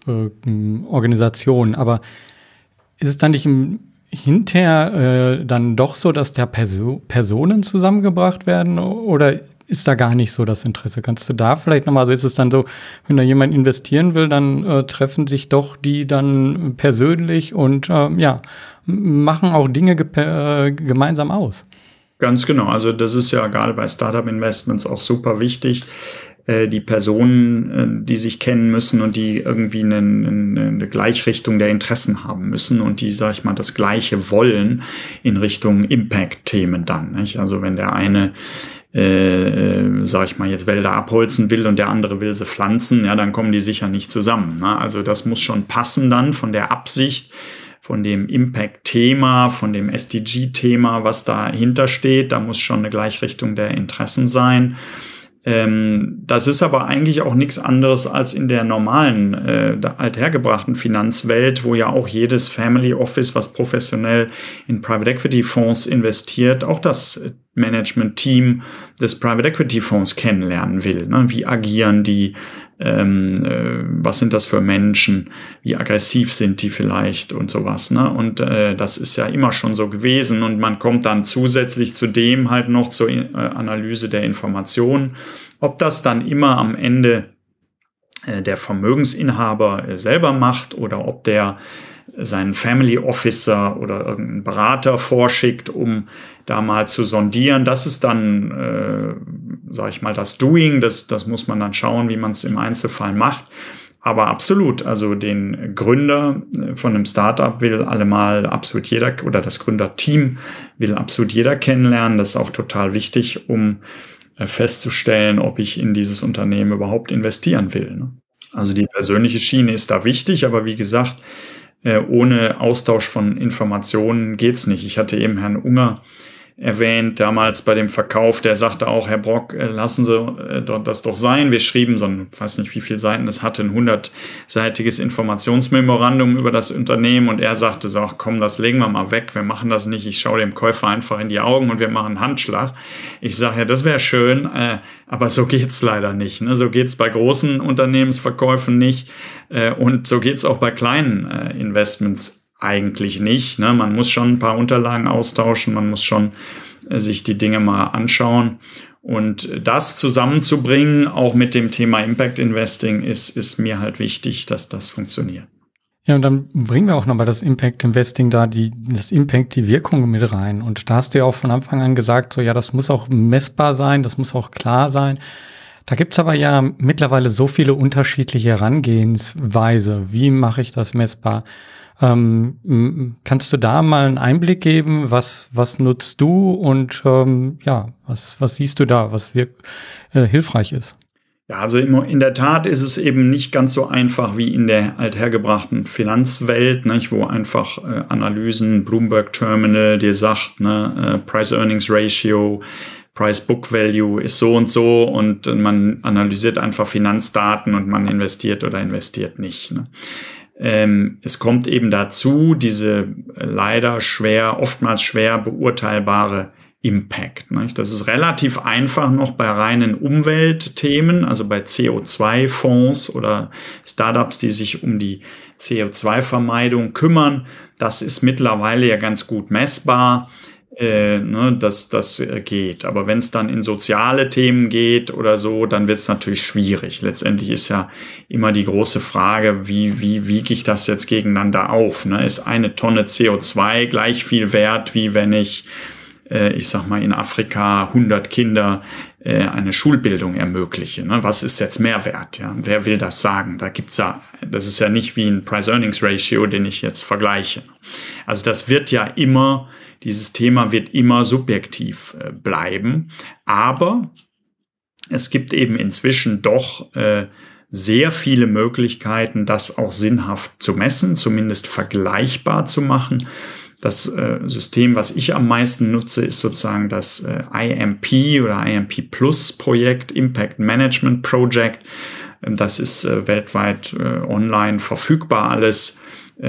Aber ist es dann nicht hinterher dann doch so, dass da Personen zusammengebracht werden, oder ist da gar nicht so das Interesse? Kannst du da vielleicht nochmal, also ist es dann so, wenn da jemand investieren will, dann treffen sich doch die dann persönlich und machen auch Dinge gemeinsam aus? Ganz genau, also das ist ja gerade bei Startup-Investments auch super wichtig. Die Personen, die sich kennen müssen und die irgendwie eine Gleichrichtung der Interessen haben müssen und die, sag ich mal, das Gleiche wollen in Richtung Impact-Themen dann. Nicht? Also wenn der eine sag ich mal, jetzt Wälder abholzen will und der andere will sie pflanzen, ja, dann kommen die sicher nicht zusammen. Ne? Also das muss schon passen dann von der Absicht, von dem Impact-Thema, von dem SDG-Thema, was dahinter steht. Da muss schon eine Gleichrichtung der Interessen sein. Das ist aber eigentlich auch nichts anderes als in der normalen, althergebrachten Finanzwelt, wo ja auch jedes Family Office, was professionell in Private Equity Fonds investiert, auch das Management-Team des Private Equity Fonds kennenlernen will. Ne? Wie agieren die? Was sind das für Menschen? Wie aggressiv sind die vielleicht und sowas? Ne? Und das ist ja immer schon so gewesen. Und man kommt dann zusätzlich zu dem halt noch zur Analyse der Informationen. Ob das dann immer am Ende der Vermögensinhaber selber macht oder ob der seinen Family Officer oder irgendeinen Berater vorschickt, um da mal zu sondieren. Das ist dann, sage ich mal, das Doing. Das muss man dann schauen, wie man es im Einzelfall macht. Aber absolut, also den Gründer von einem Startup will allemal absolut jeder, oder das Gründerteam will absolut jeder kennenlernen. Das ist auch total wichtig, um festzustellen, ob ich in dieses Unternehmen überhaupt investieren will. Ne? Also die persönliche Schiene ist da wichtig, aber wie gesagt, ohne Austausch von Informationen geht's nicht. Ich hatte eben Herrn Unger erwähnt, damals bei dem Verkauf, der sagte auch, Herr Brock, lassen Sie das doch sein. Wir schrieben so ein, weiß nicht wie viele Seiten das hatte, ein 100-seitiges Informationsmemorandum über das Unternehmen und er sagte so, ach komm, das legen wir mal weg, wir machen das nicht, ich schaue dem Käufer einfach in die Augen und wir machen einen Handschlag. Ich sage, ja, das wäre schön, aber so geht's leider nicht. Ne? So geht's bei großen Unternehmensverkäufen nicht und so geht's auch bei kleinen Investments eigentlich nicht. Ne? Man muss schon ein paar Unterlagen austauschen, man muss schon sich die Dinge mal anschauen. Und das zusammenzubringen, auch mit dem Thema Impact Investing, ist mir halt wichtig, dass das funktioniert. Ja, und dann bringen wir auch nochmal das Impact Investing da, die Wirkung mit rein. Und da hast du ja auch von Anfang an gesagt, so ja, das muss auch messbar sein, das muss auch klar sein. Da gibt's aber ja mittlerweile so viele unterschiedliche Herangehensweise. Wie mache ich das messbar? Kannst du da mal einen Einblick geben? Was nutzt du und was siehst du da, was hilfreich ist? Ja, also in der Tat ist es eben nicht ganz so einfach wie in der althergebrachten Finanzwelt, nicht, wo einfach Analysen, Bloomberg Terminal dir sagt, ne, Price-Earnings-Ratio, Price-Book-Value ist so und man analysiert einfach Finanzdaten und man investiert oder investiert nicht. Ne. Es kommt eben dazu, diese leider oftmals schwer beurteilbare Impact. Nicht? Das ist relativ einfach noch bei reinen Umweltthemen, also bei CO2-Fonds oder Startups, die sich um die CO2-Vermeidung kümmern. Das ist mittlerweile ja ganz gut messbar. Das geht. Aber wenn es dann in soziale Themen geht oder so, dann wird es natürlich schwierig. Letztendlich ist ja immer die große Frage, wie wiege ich das jetzt gegeneinander auf? Ne? Ist eine Tonne CO2 gleich viel wert, wie wenn ich sag mal, in Afrika 100 Kinder eine Schulbildung ermögliche? Ne? Was ist jetzt mehr wert? Ja? Wer will das sagen? Das ist ja nicht wie ein Price-Earnings-Ratio, den ich jetzt vergleiche. Also dieses Thema wird immer subjektiv bleiben, aber es gibt eben inzwischen doch sehr viele Möglichkeiten, das auch sinnhaft zu messen, zumindest vergleichbar zu machen. Das System, was ich am meisten nutze, ist sozusagen das IMP oder IMP Plus Projekt, Impact Management Project. Das ist weltweit online verfügbar alles.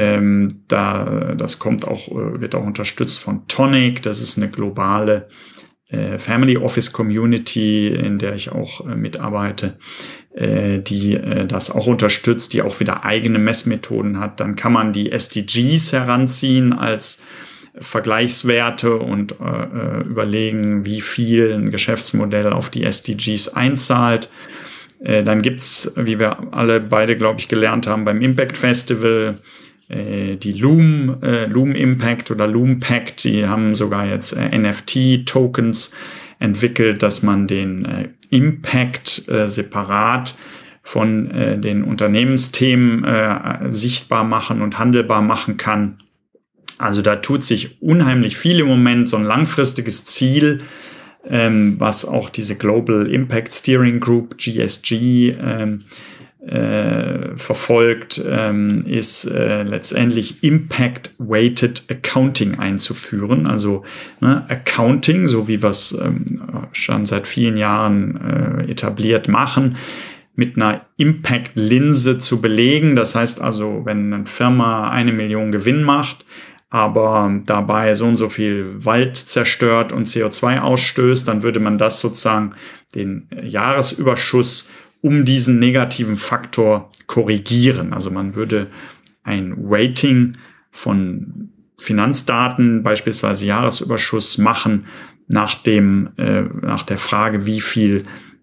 Das wird auch unterstützt von Tonic. Das ist eine globale Family Office Community, in der ich auch mitarbeite, die das auch unterstützt, die auch wieder eigene Messmethoden hat. Dann kann man die SDGs heranziehen als Vergleichswerte und überlegen, wie viel ein Geschäftsmodell auf die SDGs einzahlt. Dann gibt's, wie wir alle beide, glaube ich, gelernt haben, beim Impact Festival die Loom Impact oder Loom Pact, die haben sogar jetzt NFT-Tokens entwickelt, dass man den Impact separat von den Unternehmensthemen sichtbar machen und handelbar machen kann. Also da tut sich unheimlich viel im Moment, so ein langfristiges Ziel, was auch diese Global Impact Steering Group, GSG, verfolgt, ist letztendlich Impact-Weighted Accounting einzuführen. Also Accounting, so wie wir es schon seit vielen Jahren etabliert machen, mit einer Impact-Linse zu belegen. Das heißt also, wenn eine Firma 1 Million Gewinn macht, aber dabei so und so viel Wald zerstört und CO2 ausstößt, dann würde man das sozusagen den Jahresüberschuss um diesen negativen Faktor korrigieren. Also man würde ein Rating von Finanzdaten, beispielsweise Jahresüberschuss, machen nach der Frage, wie viel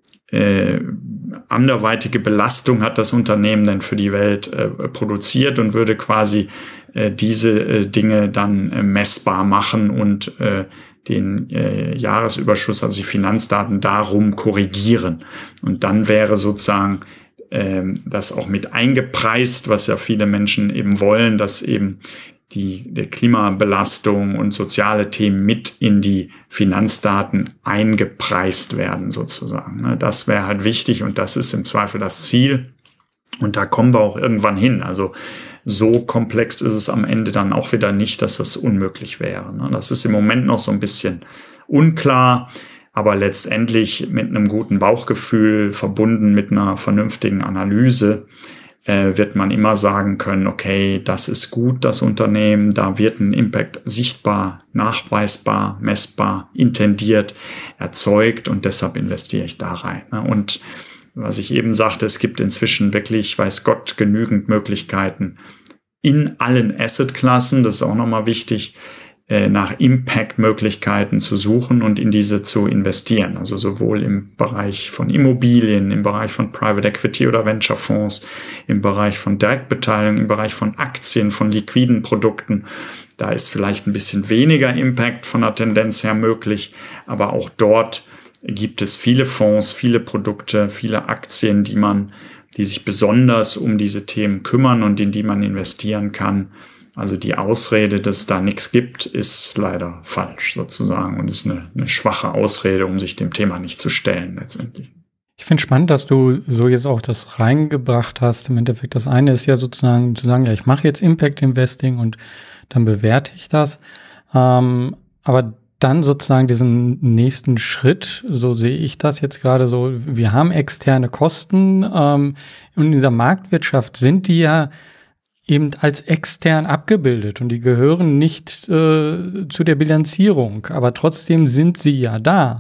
anderweitige Belastung hat das Unternehmen denn für die Welt produziert, und würde quasi diese Dinge dann messbar machen und den Jahresüberschuss, also die Finanzdaten, darum korrigieren. Und dann wäre sozusagen das auch mit eingepreist, was ja viele Menschen eben wollen, dass eben der Klimabelastung und soziale Themen mit in die Finanzdaten eingepreist werden sozusagen. Das wäre halt wichtig, und das ist im Zweifel das Ziel. Und da kommen wir auch irgendwann hin. Also so komplex ist es am Ende dann auch wieder nicht, dass das unmöglich wäre. Das ist im Moment noch so ein bisschen unklar, aber letztendlich mit einem guten Bauchgefühl verbunden mit einer vernünftigen Analyse wird man immer sagen können, okay, das ist gut, das Unternehmen, da wird ein Impact sichtbar, nachweisbar, messbar, intendiert, erzeugt, und deshalb investiere ich da rein. Und was ich eben sagte, es gibt inzwischen wirklich, weiß Gott, genügend Möglichkeiten in allen Assetklassen, das ist auch nochmal wichtig, nach Impact-Möglichkeiten zu suchen und in diese zu investieren. Also sowohl im Bereich von Immobilien, im Bereich von Private Equity oder Venture-Fonds, im Bereich von Direktbeteiligung, im Bereich von Aktien, von liquiden Produkten. Da ist vielleicht ein bisschen weniger Impact von der Tendenz her möglich, aber auch dort gibt es viele Fonds, viele Produkte, viele Aktien, die sich besonders um diese Themen kümmern und in die man investieren kann. Also die Ausrede, dass es da nichts gibt, ist leider falsch sozusagen und ist eine schwache Ausrede, um sich dem Thema nicht zu stellen letztendlich. Ich finde spannend, dass du so jetzt auch das reingebracht hast. Im Endeffekt, das eine ist ja sozusagen zu sagen, ja, ich mache jetzt Impact Investing und dann bewerte ich das. Aber dann sozusagen diesen nächsten Schritt, so sehe ich das jetzt gerade so, wir haben externe Kosten und in dieser Marktwirtschaft sind die ja eben als extern abgebildet und die gehören nicht zu der Bilanzierung, aber trotzdem sind sie ja da.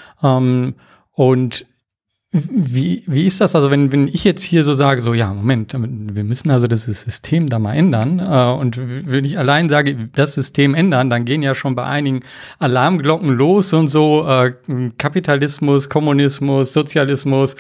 Und wie ist das? Also wenn ich jetzt hier so sage, so ja, Moment, wir müssen also das System da mal ändern und wenn ich allein sage, das System ändern, dann gehen ja schon bei einigen Alarmglocken los und so, Kapitalismus, Kommunismus, Sozialismus,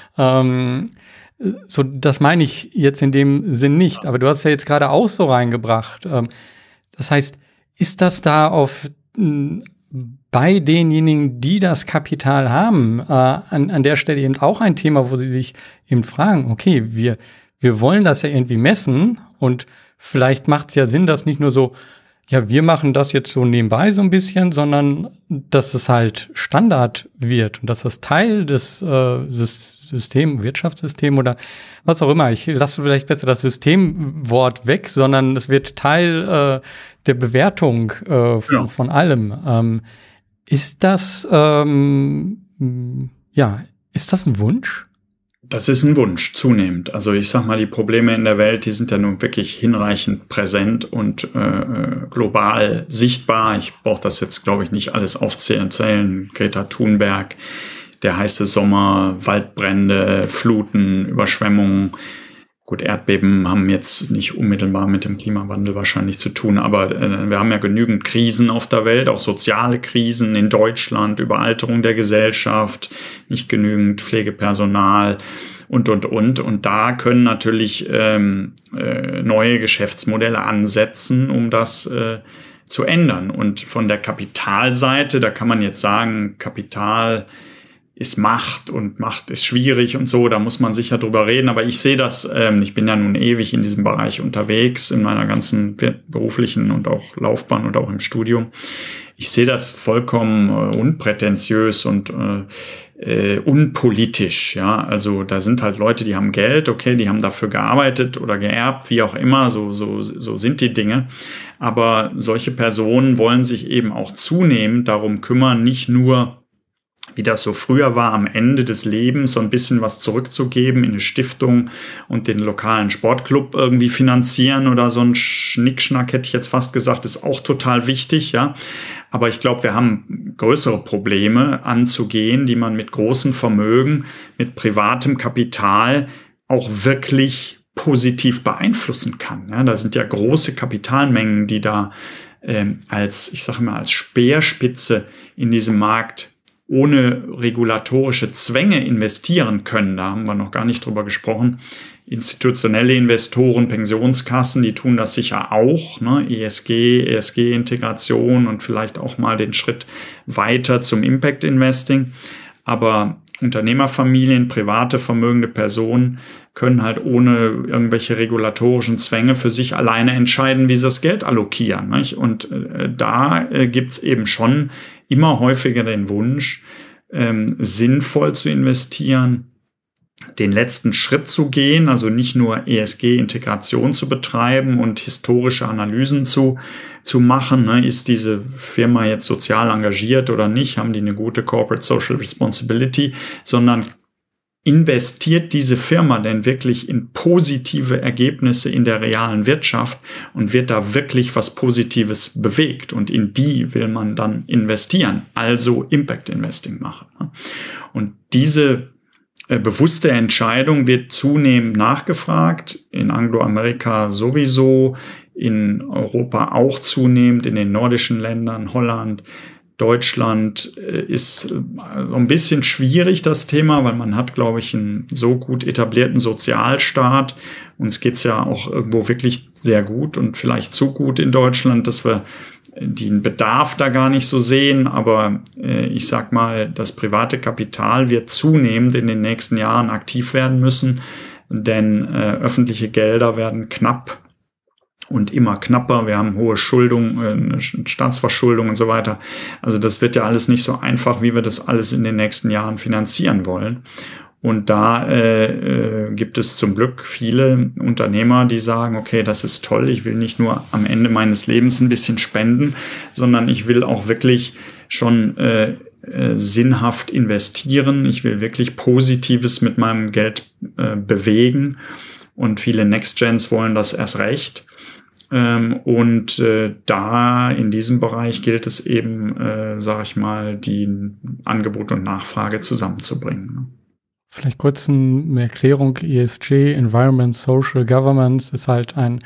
so, das meine ich jetzt in dem Sinn nicht. Aber du hast ja jetzt gerade auch so reingebracht. Das heißt, ist das da bei denjenigen, die das Kapital haben, an der Stelle eben auch ein Thema, wo sie sich eben fragen, okay, wir wollen das ja irgendwie messen und vielleicht macht es ja Sinn, dass nicht nur so, ja, wir machen das jetzt so nebenbei so ein bisschen, sondern dass es halt Standard wird und dass das Teil des Wirtschaftssystem oder was auch immer. Ich lasse vielleicht besser das Systemwort weg, sondern es wird Teil der Bewertung von allem. Ist das ist das ein Wunsch? Das ist ein Wunsch, zunehmend. Also ich sag mal, die Probleme in der Welt, die sind ja nun wirklich hinreichend präsent und global sichtbar. Ich brauche das jetzt, glaube ich, nicht alles aufzählen. Greta Thunberg, der heiße Sommer, Waldbrände, Fluten, Überschwemmungen. Gut, Erdbeben haben jetzt nicht unmittelbar mit dem Klimawandel wahrscheinlich zu tun, aber wir haben ja genügend Krisen auf der Welt, auch soziale Krisen in Deutschland, Überalterung der Gesellschaft, nicht genügend Pflegepersonal und. Und da können natürlich neue Geschäftsmodelle ansetzen, um das zu ändern. Und von der Kapitalseite, da kann man jetzt sagen, Kapital ist Macht und Macht ist schwierig und so, da muss man sicher drüber reden, aber ich sehe das, ich bin ja nun ewig in diesem Bereich unterwegs, in meiner ganzen beruflichen und auch Laufbahn und auch im Studium. Ich sehe das vollkommen unprätentiös und unpolitisch, ja, also da sind halt Leute, die haben Geld, okay, die haben dafür gearbeitet oder geerbt, wie auch immer, so sind die Dinge, aber solche Personen wollen sich eben auch zunehmend darum kümmern, nicht nur, wie das so früher war, am Ende des Lebens so ein bisschen was zurückzugeben in eine Stiftung und den lokalen Sportclub irgendwie finanzieren oder so ein Schnickschnack, hätte ich jetzt fast gesagt, ist auch total wichtig, ja. Aber ich glaube, wir haben größere Probleme anzugehen, die man mit großen Vermögen, mit privatem Kapital auch wirklich positiv beeinflussen kann. Ja, da sind ja große Kapitalmengen, die da als Speerspitze in diesem Markt ohne regulatorische Zwänge investieren können. Da haben wir noch gar nicht drüber gesprochen. Institutionelle Investoren, Pensionskassen, die tun das sicher auch, ne? ESG-Integration und vielleicht auch mal den Schritt weiter zum Impact Investing. Aber Unternehmerfamilien, private vermögende Personen können halt ohne irgendwelche regulatorischen Zwänge für sich alleine entscheiden, wie sie das Geld allokieren. Nicht? Und da gibt's eben schon immer häufiger den Wunsch, sinnvoll zu investieren, den letzten Schritt zu gehen, also nicht nur ESG-Integration zu betreiben und historische Analysen zu machen. Ne? Ist diese Firma jetzt sozial engagiert oder nicht? Haben die eine gute Corporate Social Responsibility? Sondern investiert diese Firma denn wirklich in positive Ergebnisse in der realen Wirtschaft und wird da wirklich was Positives bewegt? Und in die will man dann investieren, also Impact Investing machen. Ne? Und diese bewusste Entscheidung wird zunehmend nachgefragt, in Angloamerika sowieso, in Europa auch zunehmend, in den nordischen Ländern, Holland, Deutschland ist so ein bisschen schwierig, das Thema, weil man hat, glaube ich, einen so gut etablierten Sozialstaat. Uns geht's ja auch irgendwo wirklich sehr gut und vielleicht zu gut in Deutschland, dass wir den Bedarf da gar nicht so sehen. Aber ich sag mal, das private Kapital wird zunehmend in den nächsten Jahren aktiv werden müssen, denn öffentliche Gelder werden knapp und immer knapper. Wir haben hohe Schuldung, Staatsverschuldung und so weiter. Also das wird ja alles nicht so einfach, wie wir das alles in den nächsten Jahren finanzieren wollen. Und da gibt es zum Glück viele Unternehmer, die sagen, okay, das ist toll, ich will nicht nur am Ende meines Lebens ein bisschen spenden, sondern ich will auch wirklich schon sinnhaft investieren. Ich will wirklich Positives mit meinem Geld bewegen. Und viele Next-Gens wollen das erst recht. Und da in diesem Bereich gilt es eben, sage ich mal, die Angebot und Nachfrage zusammenzubringen. Ne? Vielleicht kurz eine Erklärung. ESG, Environment, Social Governance, ist halt ein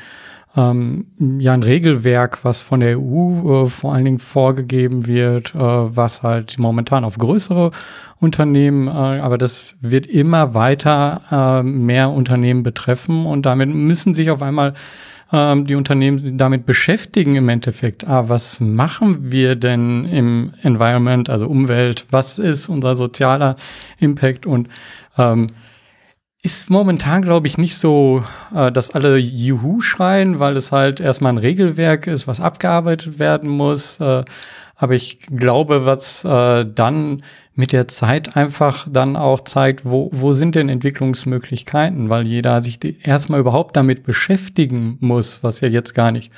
Regelwerk, was von der EU vor allen Dingen vorgegeben wird, was halt momentan auf größere Unternehmen, aber das wird immer weiter mehr Unternehmen betreffen und damit müssen sich auf einmal die Unternehmen damit beschäftigen im Endeffekt. Was machen wir denn im Environment, also Umwelt? Was ist unser sozialer Impact? Und ist momentan, glaube ich, nicht so, dass alle Juhu schreien, weil es halt erstmal ein Regelwerk ist, was abgearbeitet werden muss. Aber ich glaube, was dann mit der Zeit einfach dann auch zeigt, wo sind denn Entwicklungsmöglichkeiten, weil jeder sich erstmal überhaupt damit beschäftigen muss, was ja jetzt gar nicht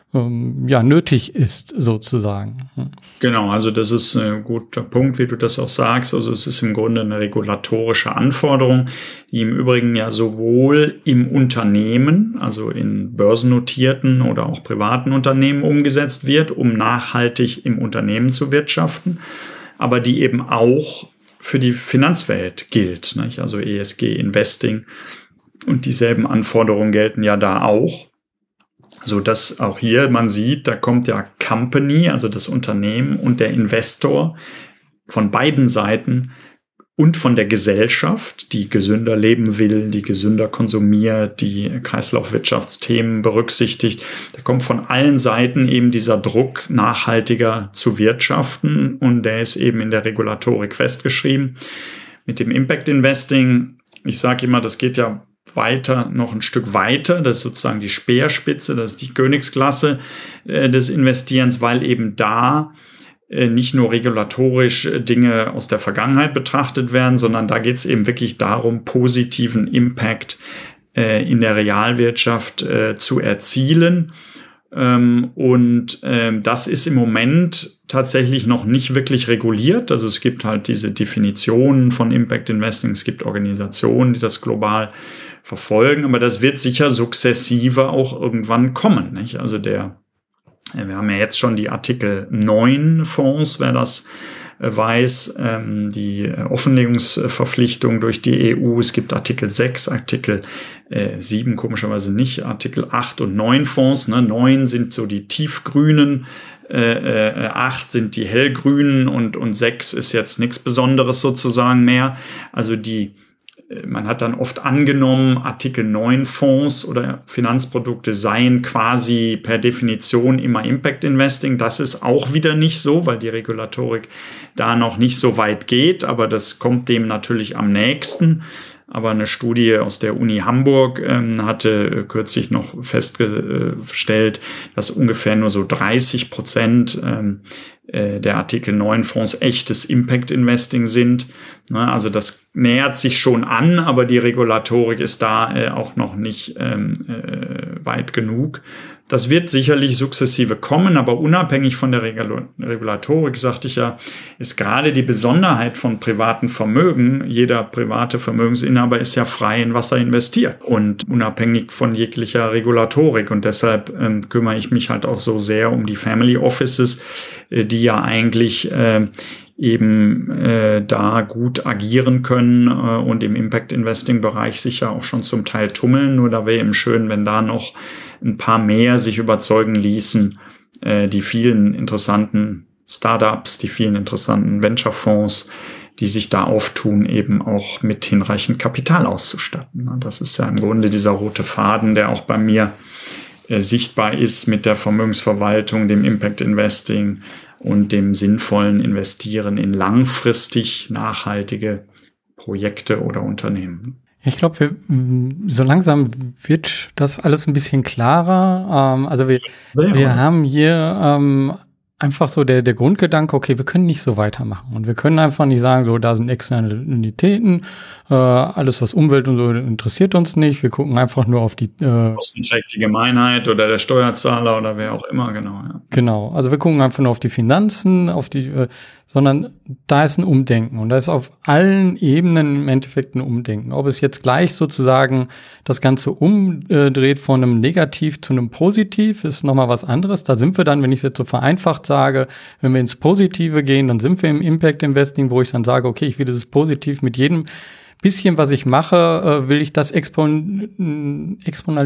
nötig ist, sozusagen. Genau, also das ist ein guter Punkt, wie du das auch sagst. Also es ist im Grunde eine regulatorische Anforderung, die im Übrigen ja sowohl im Unternehmen, also in börsennotierten oder auch privaten Unternehmen umgesetzt wird, um nachhaltig im Unternehmen zu wirtschaften, aber die eben auch für die Finanzwelt gilt, nicht? Also ESG-Investing und dieselben Anforderungen gelten ja da auch. So dass auch hier man sieht, da kommt ja Company, also das Unternehmen und der Investor von beiden Seiten und von der Gesellschaft, die gesünder leben will, die gesünder konsumiert, die Kreislaufwirtschaftsthemen berücksichtigt. Da kommt von allen Seiten eben dieser Druck, nachhaltiger zu wirtschaften, und der ist eben in der Regulatorik festgeschrieben. Mit dem Impact Investing, ich sage immer, das geht ja weiter, noch ein Stück weiter. Das ist sozusagen die Speerspitze, das ist die Königsklasse des Investierens, weil eben da nicht nur regulatorisch Dinge aus der Vergangenheit betrachtet werden, sondern da geht es eben wirklich darum, positiven Impact in der Realwirtschaft zu erzielen. Das ist im Moment tatsächlich noch nicht wirklich reguliert. Also es gibt halt diese Definitionen von Impact Investing, es gibt Organisationen, die das global verfolgen, aber das wird sicher sukzessive auch irgendwann kommen, nicht? Also wir haben ja jetzt schon die Artikel 9 Fonds, wer das weiß, die Offenlegungsverpflichtung durch die EU. Es gibt Artikel 6, Artikel 7 komischerweise nicht, Artikel 8 und 9 Fonds. 9 sind so die tiefgrünen, 8 sind die hellgrünen und 6 ist jetzt nichts Besonderes sozusagen mehr. Also man hat dann oft angenommen, Artikel 9 Fonds oder Finanzprodukte seien quasi per Definition immer Impact Investing. Das ist auch wieder nicht so, weil die Regulatorik da noch nicht so weit geht, aber das kommt dem natürlich am nächsten. Aber eine Studie aus der Uni Hamburg hatte kürzlich noch festgestellt, dass ungefähr nur so 30% der Artikel 9 Fonds echtes Impact Investing sind. Also das nähert sich schon an, aber die Regulatorik ist da auch noch nicht weit genug. Das wird sicherlich sukzessive kommen, aber unabhängig von der Regulatorik, sagte ich ja, ist gerade die Besonderheit von privaten Vermögen. Jeder private Vermögensinhaber ist ja frei, in was er investiert und unabhängig von jeglicher Regulatorik. Und deshalb kümmere ich mich halt auch so sehr um die Family Offices, die ja eigentlich da gut agieren können und im Impact-Investing-Bereich sich ja auch schon zum Teil tummeln. Nur da wäre eben schön, wenn da noch ein paar mehr sich überzeugen ließen, die vielen interessanten Startups, die vielen interessanten Venture-Fonds, die sich da auftun, eben auch mit hinreichend Kapital auszustatten. Das ist ja im Grunde dieser rote Faden, der auch bei mir sichtbar ist mit der Vermögensverwaltung, dem Impact-Investing und dem sinnvollen Investieren in langfristig nachhaltige Projekte oder Unternehmen. Ich glaube, so langsam wird das alles ein bisschen klarer. Also wir haben hier einfach so der Grundgedanke, okay, wir können nicht so weitermachen. Und wir können einfach nicht sagen, so, da sind Externalitäten, alles was Umwelt und so interessiert uns nicht. Wir gucken einfach nur auf die Kosten trägt die Gemeinheit oder der Steuerzahler oder wer auch immer, genau. Ja. Genau, also wir gucken einfach nur auf die Finanzen, sondern da ist ein Umdenken und da ist auf allen Ebenen im Endeffekt ein Umdenken. Ob es jetzt gleich sozusagen das Ganze umdreht von einem Negativ zu einem Positiv, ist nochmal was anderes. Da sind wir dann, wenn ich es jetzt so vereinfacht sage, wenn wir ins Positive gehen, dann sind wir im Impact Investing, wo ich dann sage, okay, ich will dieses Positiv mit jedem bisschen, was ich mache, will ich das vermehren.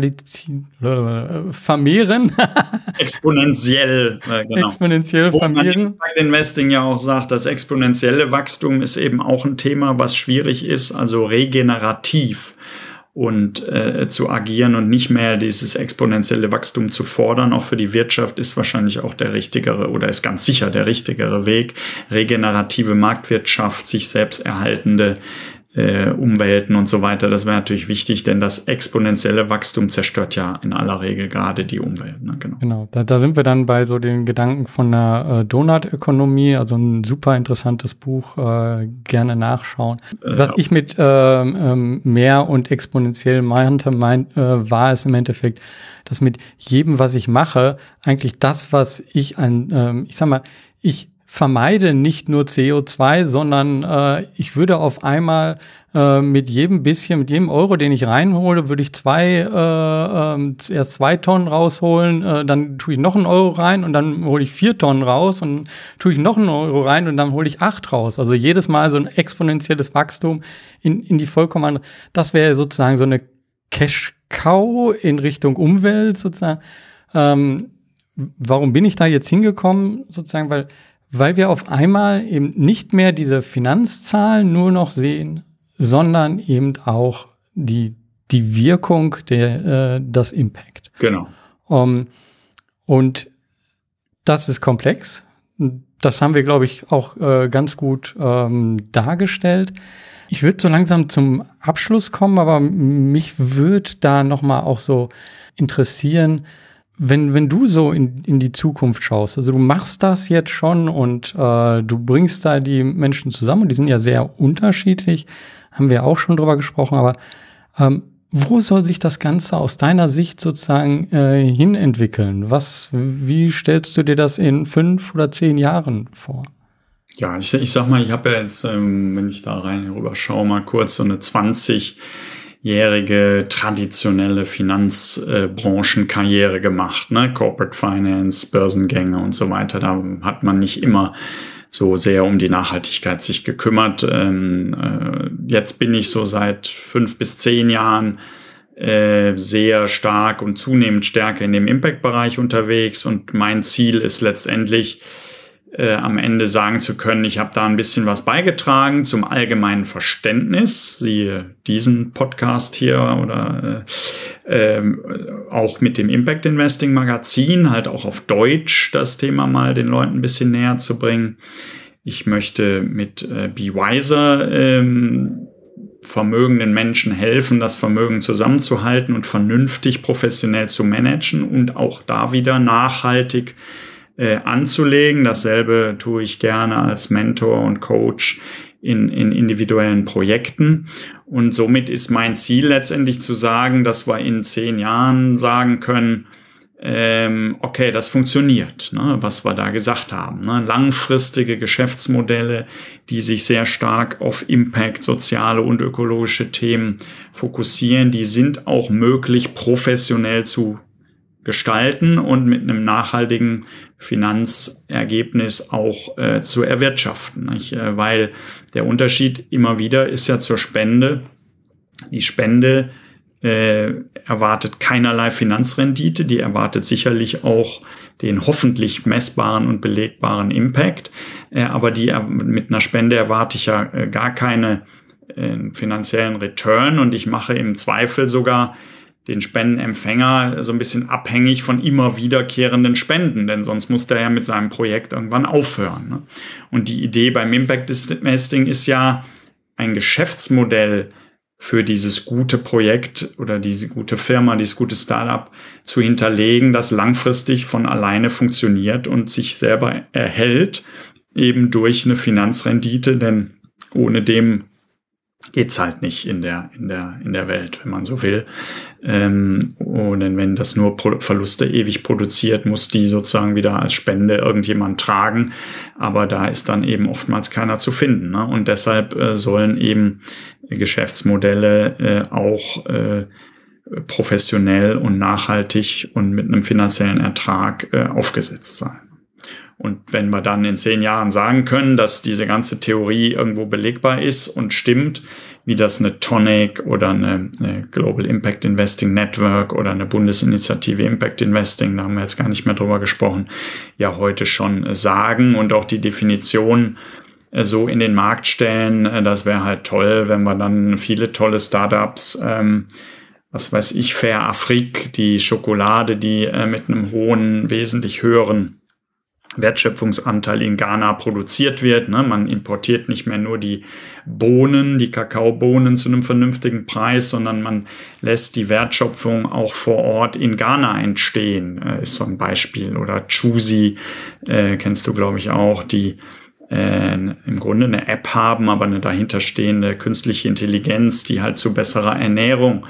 Exponentiell, genau. Exponentiell vermehren. Impact Investing ja auch sagt, das exponentielle Wachstum ist eben auch ein Thema, was schwierig ist, also regenerativ und zu agieren und nicht mehr dieses exponentielle Wachstum zu fordern. Auch für die Wirtschaft ist wahrscheinlich auch der richtigere oder ist ganz sicher der richtigere Weg. Regenerative Marktwirtschaft, sich selbst erhaltende Umwelten und so weiter, das wäre natürlich wichtig, denn das exponentielle Wachstum zerstört ja in aller Regel gerade die Umwelt. Ne? Genau, da sind wir dann bei so den Gedanken von der Donutökonomie, also ein super interessantes Buch, gerne nachschauen. Was ich mit mehr und exponentiell meinte, war es im Endeffekt, dass mit jedem, was ich mache, eigentlich das, was ich ich vermeide nicht nur CO2, sondern ich würde auf einmal mit jedem Euro, den ich reinhole, würde ich erst 2 Tonnen rausholen, dann tue ich noch 1 Euro rein und dann hole ich 4 Tonnen raus und tue ich noch 1 Euro rein und dann hole ich 8 raus. Also jedes Mal so ein exponentielles Wachstum in die vollkommen andere. Das wäre sozusagen so eine Cash-Cow in Richtung Umwelt sozusagen. Warum bin ich da jetzt hingekommen? Sozusagen, weil weil wir auf einmal eben nicht mehr diese Finanzzahlen nur noch sehen, sondern eben auch die Wirkung, das Impact. Genau. Und das ist komplex. Das haben wir, glaube ich, auch ganz gut dargestellt. Ich würde so langsam zum Abschluss kommen, aber mich würde da nochmal auch so interessieren, wenn du so in die Zukunft schaust. Also du machst das jetzt schon und du bringst da die Menschen zusammen und die sind ja sehr unterschiedlich, haben wir auch schon drüber gesprochen, aber wo soll sich das Ganze aus deiner Sicht sozusagen hin entwickeln? Wie stellst du dir das in 5 oder 10 Jahren vor? Ja, ich sag mal, ich habe ja jetzt, wenn ich da rüber schaue, mal kurz so eine 20-jährige traditionelle Finanzbranchenkarriere gemacht, ne? Corporate Finance, Börsengänge und so weiter. Da hat man nicht immer so sehr um die Nachhaltigkeit sich gekümmert. Jetzt bin ich so seit 5 bis 10 Jahren sehr stark und zunehmend stärker in dem Impact-Bereich unterwegs und mein Ziel ist letztendlich am Ende sagen zu können, ich habe da ein bisschen was beigetragen zum allgemeinen Verständnis, siehe diesen Podcast hier oder auch mit dem Impact Investing Magazin, halt auch auf Deutsch das Thema mal den Leuten ein bisschen näher zu bringen. Ich möchte mit Be Wiser vermögenden Menschen helfen, das Vermögen zusammenzuhalten und vernünftig professionell zu managen und auch da wieder nachhaltig anzulegen. Dasselbe tue ich gerne als Mentor und Coach in individuellen Projekten. Und somit ist mein Ziel letztendlich zu sagen, dass wir in 10 Jahren sagen können, okay, das funktioniert, ne, was wir da gesagt haben. Ne? Langfristige Geschäftsmodelle, die sich sehr stark auf Impact, soziale und ökologische Themen fokussieren, die sind auch möglich, professionell zu gestalten und mit einem nachhaltigen Finanzergebnis auch zu erwirtschaften. Nicht? Weil der Unterschied immer wieder ist ja zur Spende. Die Spende erwartet keinerlei Finanzrendite, die erwartet sicherlich auch den hoffentlich messbaren und belegbaren Impact, aber mit einer Spende erwarte ich ja gar keine finanziellen Return und ich mache im Zweifel sogar den Spendenempfänger so ein bisschen abhängig von immer wiederkehrenden Spenden, denn sonst muss der ja mit seinem Projekt irgendwann aufhören. Ne? Und die Idee beim Impact Investing ist ja, ein Geschäftsmodell für dieses gute Projekt oder diese gute Firma, dieses gute Startup zu hinterlegen, das langfristig von alleine funktioniert und sich selber erhält, eben durch eine Finanzrendite, denn ohne dem geht's halt nicht in der Welt, wenn man so will. Und wenn das nur Verluste ewig produziert, muss die sozusagen wieder als Spende irgendjemand tragen. Aber da ist dann eben oftmals keiner zu finden. Ne? Und deshalb sollen eben Geschäftsmodelle auch professionell und nachhaltig und mit einem finanziellen Ertrag aufgesetzt sein. Und wenn wir dann in 10 Jahren sagen können, dass diese ganze Theorie irgendwo belegbar ist und stimmt, wie das eine Tonic oder eine Global Impact Investing Network oder eine Bundesinitiative Impact Investing, da haben wir jetzt gar nicht mehr drüber gesprochen, ja heute schon sagen und auch die Definition so in den Markt stellen, das wäre halt toll, wenn wir dann viele tolle Startups, was weiß ich, Fair Afrique, die Schokolade, die mit einem hohen, wesentlich höheren Wertschöpfungsanteil in Ghana produziert wird. Ne? Man importiert nicht mehr nur die Bohnen, die Kakaobohnen zu einem vernünftigen Preis, sondern man lässt die Wertschöpfung auch vor Ort in Ghana entstehen, ist so ein Beispiel. Oder Choosy, kennst du, glaube ich, auch, die im Grunde eine App haben, aber eine dahinterstehende künstliche Intelligenz, die halt zu besserer Ernährung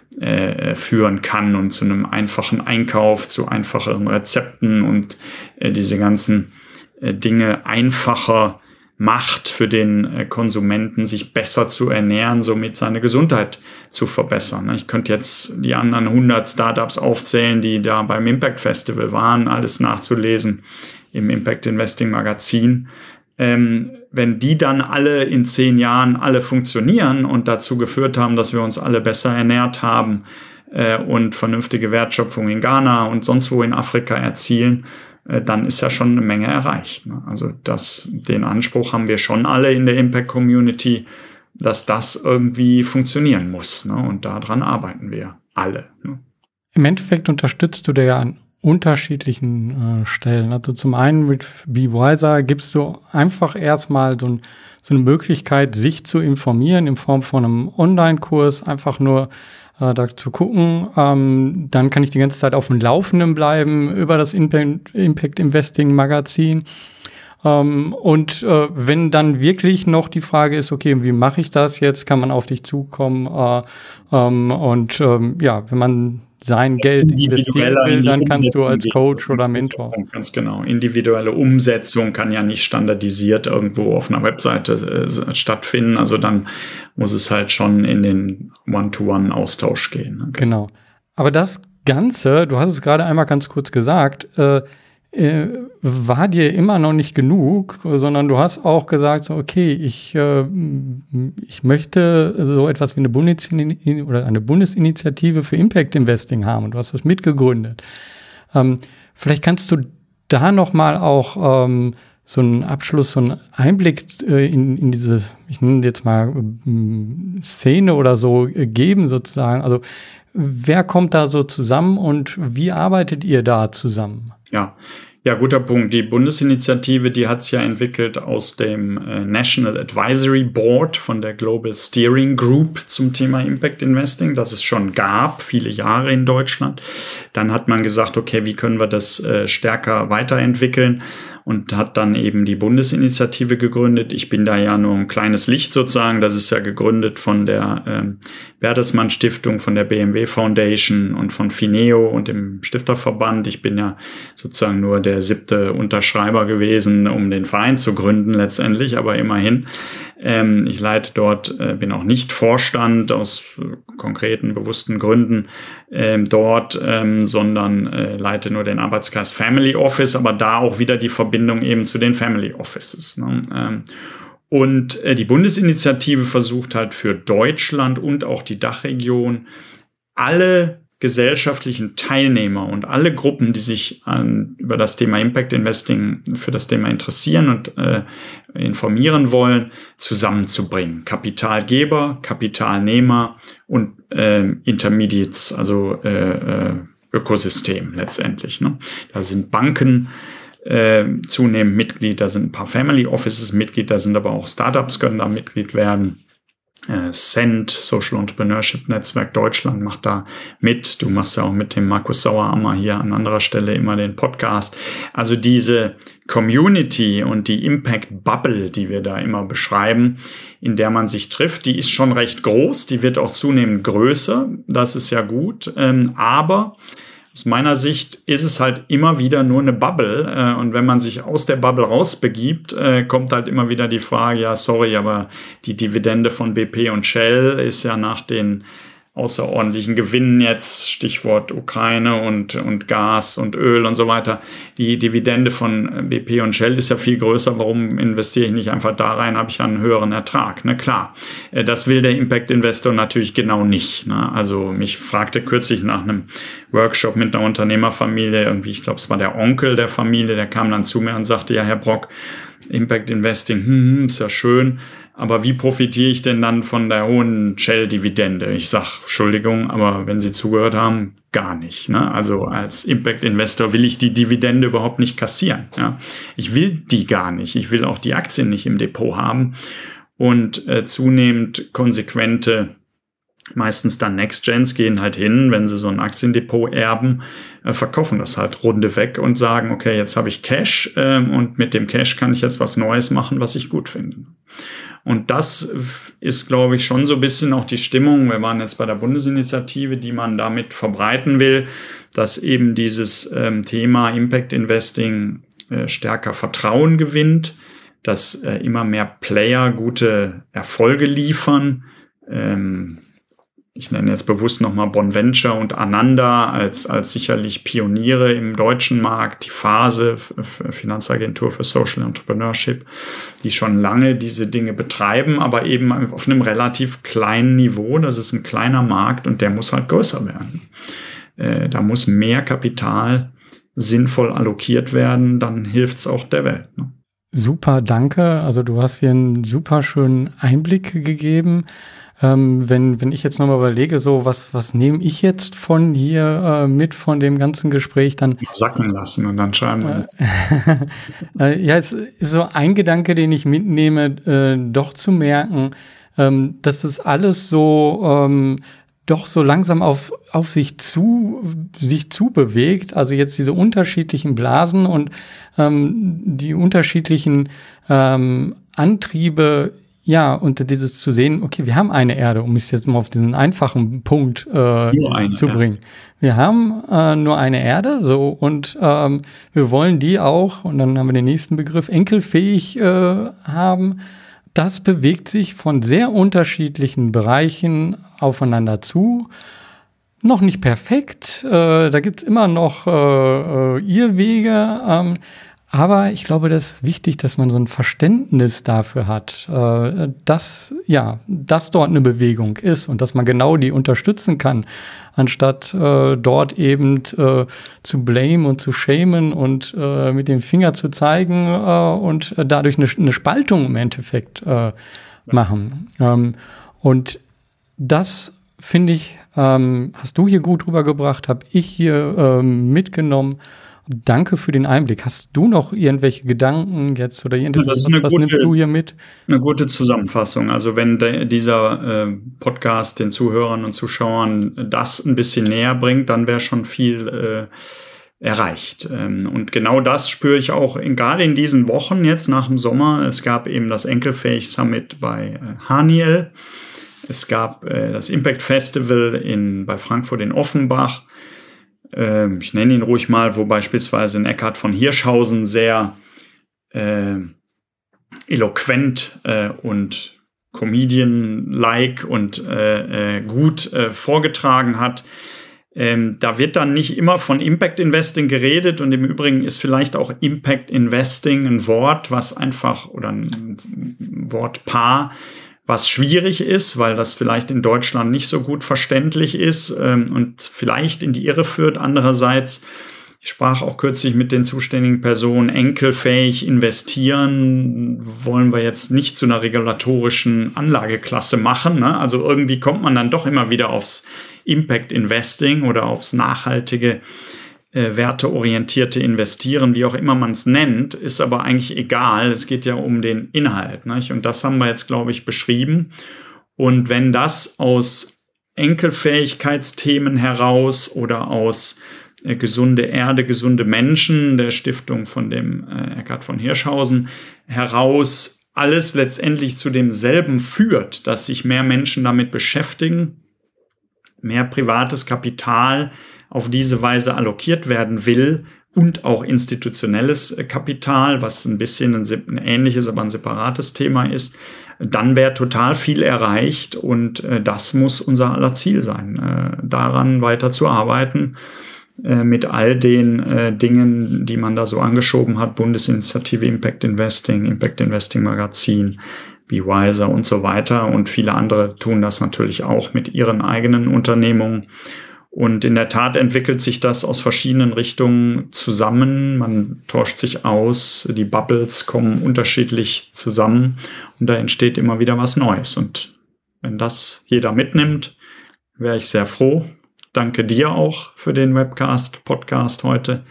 führen kann und zu einem einfachen Einkauf, zu einfacheren Rezepten und diese ganzen Dinge einfacher macht für den Konsumenten, sich besser zu ernähren, somit seine Gesundheit zu verbessern. Ich könnte jetzt die anderen 100 Startups aufzählen, die da beim Impact Festival waren, alles nachzulesen im Impact Investing Magazin. Wenn die dann alle in 10 Jahren alle funktionieren und dazu geführt haben, dass wir uns alle besser ernährt haben und vernünftige Wertschöpfung in Ghana und sonst wo in Afrika erzielen, dann ist ja schon eine Menge erreicht. Ne? Also den Anspruch haben wir schon alle in der Impact-Community, dass das irgendwie funktionieren muss. Ne? Und daran arbeiten wir alle. Ne? Im Endeffekt unterstützt du da ja an unterschiedlichen Stellen. Also zum einen mit Be Wiser gibst du einfach erstmal so eine Möglichkeit, sich zu informieren in Form von einem Online-Kurs, einfach nur da zu gucken. Dann kann ich die ganze Zeit auf dem Laufenden bleiben über das Impact Investing Magazin. Und wenn dann wirklich noch die Frage ist, okay, wie mache ich das jetzt, kann man auf dich zukommen. Wenn man sein Geld investieren will, dann kannst du als Coach oder Mentor. Ganz genau. Individuelle Umsetzung kann ja nicht standardisiert irgendwo auf einer Webseite stattfinden. Also dann muss es halt schon in den One-to-One-Austausch gehen. Ne? Genau. Aber das Ganze, du hast es gerade einmal ganz kurz gesagt, war dir immer noch nicht genug, sondern du hast auch gesagt, so, okay, ich möchte so etwas wie eine Bundesinitiative für Impact Investing haben, und du hast das mitgegründet. Vielleicht kannst du da nochmal auch so einen Abschluss, so einen Einblick in diese, ich nenne jetzt mal Szene oder so geben sozusagen. Also wer kommt da so zusammen und wie arbeitet ihr da zusammen? Ja, guter Punkt. Die Bundesinitiative, die hat es ja entwickelt aus dem National Advisory Board von der Global Steering Group zum Thema Impact Investing, das es schon gab, viele Jahre in Deutschland. Dann hat man gesagt, okay, wie können wir das stärker weiterentwickeln, und hat dann eben die Bundesinitiative gegründet. Ich bin da ja nur ein kleines Licht sozusagen. Das ist ja gegründet von der Bertelsmann Stiftung, von der BMW Foundation und von Fineo und dem Stifterverband. Ich bin ja sozusagen nur der 7. Unterschreiber gewesen, um den Verein zu gründen letztendlich, aber immerhin. Ich leite dort, bin auch nicht Vorstand aus konkreten, bewussten Gründen dort, sondern leite nur den Arbeitskreis Family Office, aber da auch wieder die Verbindung eben zu den Family Offices. Ne? Und die Bundesinitiative versucht halt für Deutschland und auch die Dachregion alle gesellschaftlichen Teilnehmer und alle Gruppen, die sich über das Thema Impact Investing für das Thema interessieren und informieren wollen, zusammenzubringen. Kapitalgeber, Kapitalnehmer und Intermediates, also Ökosystem letztendlich. Ne? Da sind Banken zunehmend Mitglied, da sind ein paar Family Offices Mitglied, da sind aber auch Startups, können da Mitglied werden. Cent, Social Entrepreneurship Netzwerk Deutschland, macht da mit. Du machst ja auch mit dem Markus Sauerammer hier an anderer Stelle immer den Podcast. Also diese Community und die Impact Bubble, die wir da immer beschreiben, in der man sich trifft, die ist schon recht groß. Die wird auch zunehmend größer. Das ist ja gut. Aber aus meiner Sicht ist es halt immer wieder nur eine Bubble, und wenn man sich aus der Bubble rausbegibt, kommt halt immer wieder die Frage, ja sorry, aber die Dividende von BP und Shell ist ja nach den außerordentlichen Gewinnen jetzt, Stichwort Ukraine und Gas und Öl und so weiter, die Dividende von BP und Shell ist ja viel größer. Warum investiere ich nicht einfach da rein, habe ich ja einen höheren Ertrag? Ne, klar, das will der Impact-Investor natürlich genau nicht. Ne? Also mich fragte kürzlich nach einem Workshop mit einer Unternehmerfamilie, irgendwie, ich glaube, es war der Onkel der Familie, der kam dann zu mir und sagte, ja, Herr Brock, Impact Investing, ist ja schön, aber wie profitiere ich denn dann von der hohen Shell-Dividende? Ich sage, Entschuldigung, aber wenn Sie zugehört haben, gar nicht. Ne? Also als Impact-Investor will ich die Dividende überhaupt nicht kassieren. Ja? Ich will die gar nicht. Ich will auch die Aktien nicht im Depot haben. Und zunehmend konsequente, meistens dann Next-Gens gehen halt hin, wenn sie so ein Aktiendepot erben, verkaufen das halt Runde weg und sagen, okay, jetzt habe ich Cash und mit dem Cash kann ich jetzt was Neues machen, was ich gut finde. Und das ist, glaube ich, schon so ein bisschen auch die Stimmung. Wir waren jetzt bei der Bundesinitiative, die man damit verbreiten will, dass eben dieses Thema Impact Investing stärker Vertrauen gewinnt, dass immer mehr Player gute Erfolge liefern. Ich nenne jetzt bewusst nochmal Bonventure und Ananda als sicherlich Pioniere im deutschen Markt, die Phase, Finanzagentur für Social Entrepreneurship, die schon lange diese Dinge betreiben, aber eben auf einem relativ kleinen Niveau. Das ist ein kleiner Markt und der muss halt größer werden. Da muss mehr Kapital sinnvoll allokiert werden, dann hilft es auch der Welt. Ne? Super, danke. Also du hast hier einen super schönen Einblick gegeben. Wenn ich jetzt nochmal überlege, so was nehme ich jetzt von hier mit von dem ganzen Gespräch, dann sacken lassen und dann schreiben wir jetzt. Ja, es ist so ein Gedanke, den ich mitnehme, doch zu merken, dass das alles so doch so langsam auf sich zu bewegt. Also jetzt diese unterschiedlichen Blasen und die unterschiedlichen Antriebe, ja, und dieses zu sehen, okay, wir haben eine Erde, um es jetzt mal auf diesen einfachen Punkt zu bringen. Wir haben nur eine Erde, so, und wir wollen die auch, und dann haben wir den nächsten Begriff, enkelfähig haben. Das bewegt sich von sehr unterschiedlichen Bereichen aufeinander zu. Noch nicht perfekt, da gibt's immer noch Irrwege, aber ich glaube, das ist wichtig, dass man so ein Verständnis dafür hat, dass dort eine Bewegung ist und dass man genau die unterstützen kann, anstatt dort eben zu blamen und zu shamen und mit dem Finger zu zeigen und dadurch eine Spaltung im Endeffekt machen. Und das, finde ich, hast du hier gut rübergebracht, habe ich hier mitgenommen. Danke für den Einblick. Hast du noch irgendwelche Gedanken jetzt oder irgendwas, was nimmst du hier mit? Eine gute Zusammenfassung. Also wenn dieser Podcast den Zuhörern und Zuschauern das ein bisschen näher bringt, dann wäre schon viel erreicht. Und genau das spüre ich auch gerade in diesen Wochen jetzt nach dem Sommer. Es gab eben das Enkelfähig Summit bei Haniel. Es gab das Impact Festival bei Frankfurt in Offenbach. Ich nenne ihn ruhig mal, wo beispielsweise ein Eckhard von Hirschhausen sehr eloquent und Comedian-like und gut vorgetragen hat. Da wird dann nicht immer von Impact Investing geredet, und im Übrigen ist vielleicht auch Impact Investing ein Wort, was einfach, oder ein Wortpaar, was schwierig ist, weil das vielleicht in Deutschland nicht so gut verständlich ist und vielleicht in die Irre führt. Andererseits, ich sprach auch kürzlich mit den zuständigen Personen, enkelfähig investieren wollen wir jetzt nicht zu einer regulatorischen Anlageklasse machen, ne? Also irgendwie kommt man dann doch immer wieder aufs Impact Investing oder aufs nachhaltige werteorientierte Investieren, wie auch immer man es nennt, ist aber eigentlich egal. Es geht ja um den Inhalt, nicht? Und das haben wir jetzt, glaube ich, beschrieben. Und wenn das aus Enkelfähigkeitsthemen heraus oder aus gesunde Erde, gesunde Menschen, der Stiftung von dem Eckhard von Hirschhausen heraus, alles letztendlich zu demselben führt, dass sich mehr Menschen damit beschäftigen, mehr privates Kapital auf diese Weise allokiert werden will und auch institutionelles Kapital, was ein bisschen ein ähnliches, aber ein separates Thema ist, dann wäre total viel erreicht, und das muss unser aller Ziel sein, daran weiter zu arbeiten, mit all den Dingen, die man da so angeschoben hat, Bundesinitiative Impact Investing Magazin, Be Wiser und so weiter, und viele andere tun das natürlich auch mit ihren eigenen Unternehmungen. Und in der Tat entwickelt sich das aus verschiedenen Richtungen zusammen. Man tauscht sich aus, die Bubbles kommen unterschiedlich zusammen, und da entsteht immer wieder was Neues. Und wenn das jeder mitnimmt, wäre ich sehr froh. Danke dir auch für den Podcast heute.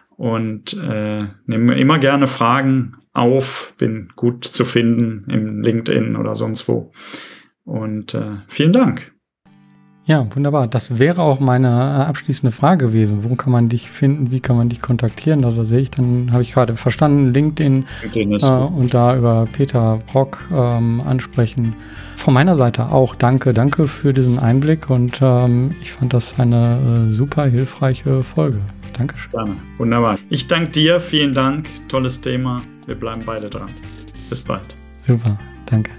Und nehme immer gerne Fragen auf. Bin gut zu finden im LinkedIn oder sonst wo. Und vielen Dank. Ja, wunderbar. Das wäre auch meine abschließende Frage gewesen. Wo kann man dich finden? Wie kann man dich kontaktieren? Also sehe ich, dann habe ich gerade verstanden, LinkedIn und da über Peter Brock ansprechen. Von meiner Seite auch danke für diesen Einblick, und ich fand das eine super hilfreiche Folge. Dankeschön. Gerne. Wunderbar. Ich danke dir. Vielen Dank. Tolles Thema. Wir bleiben beide dran. Bis bald. Super. Danke.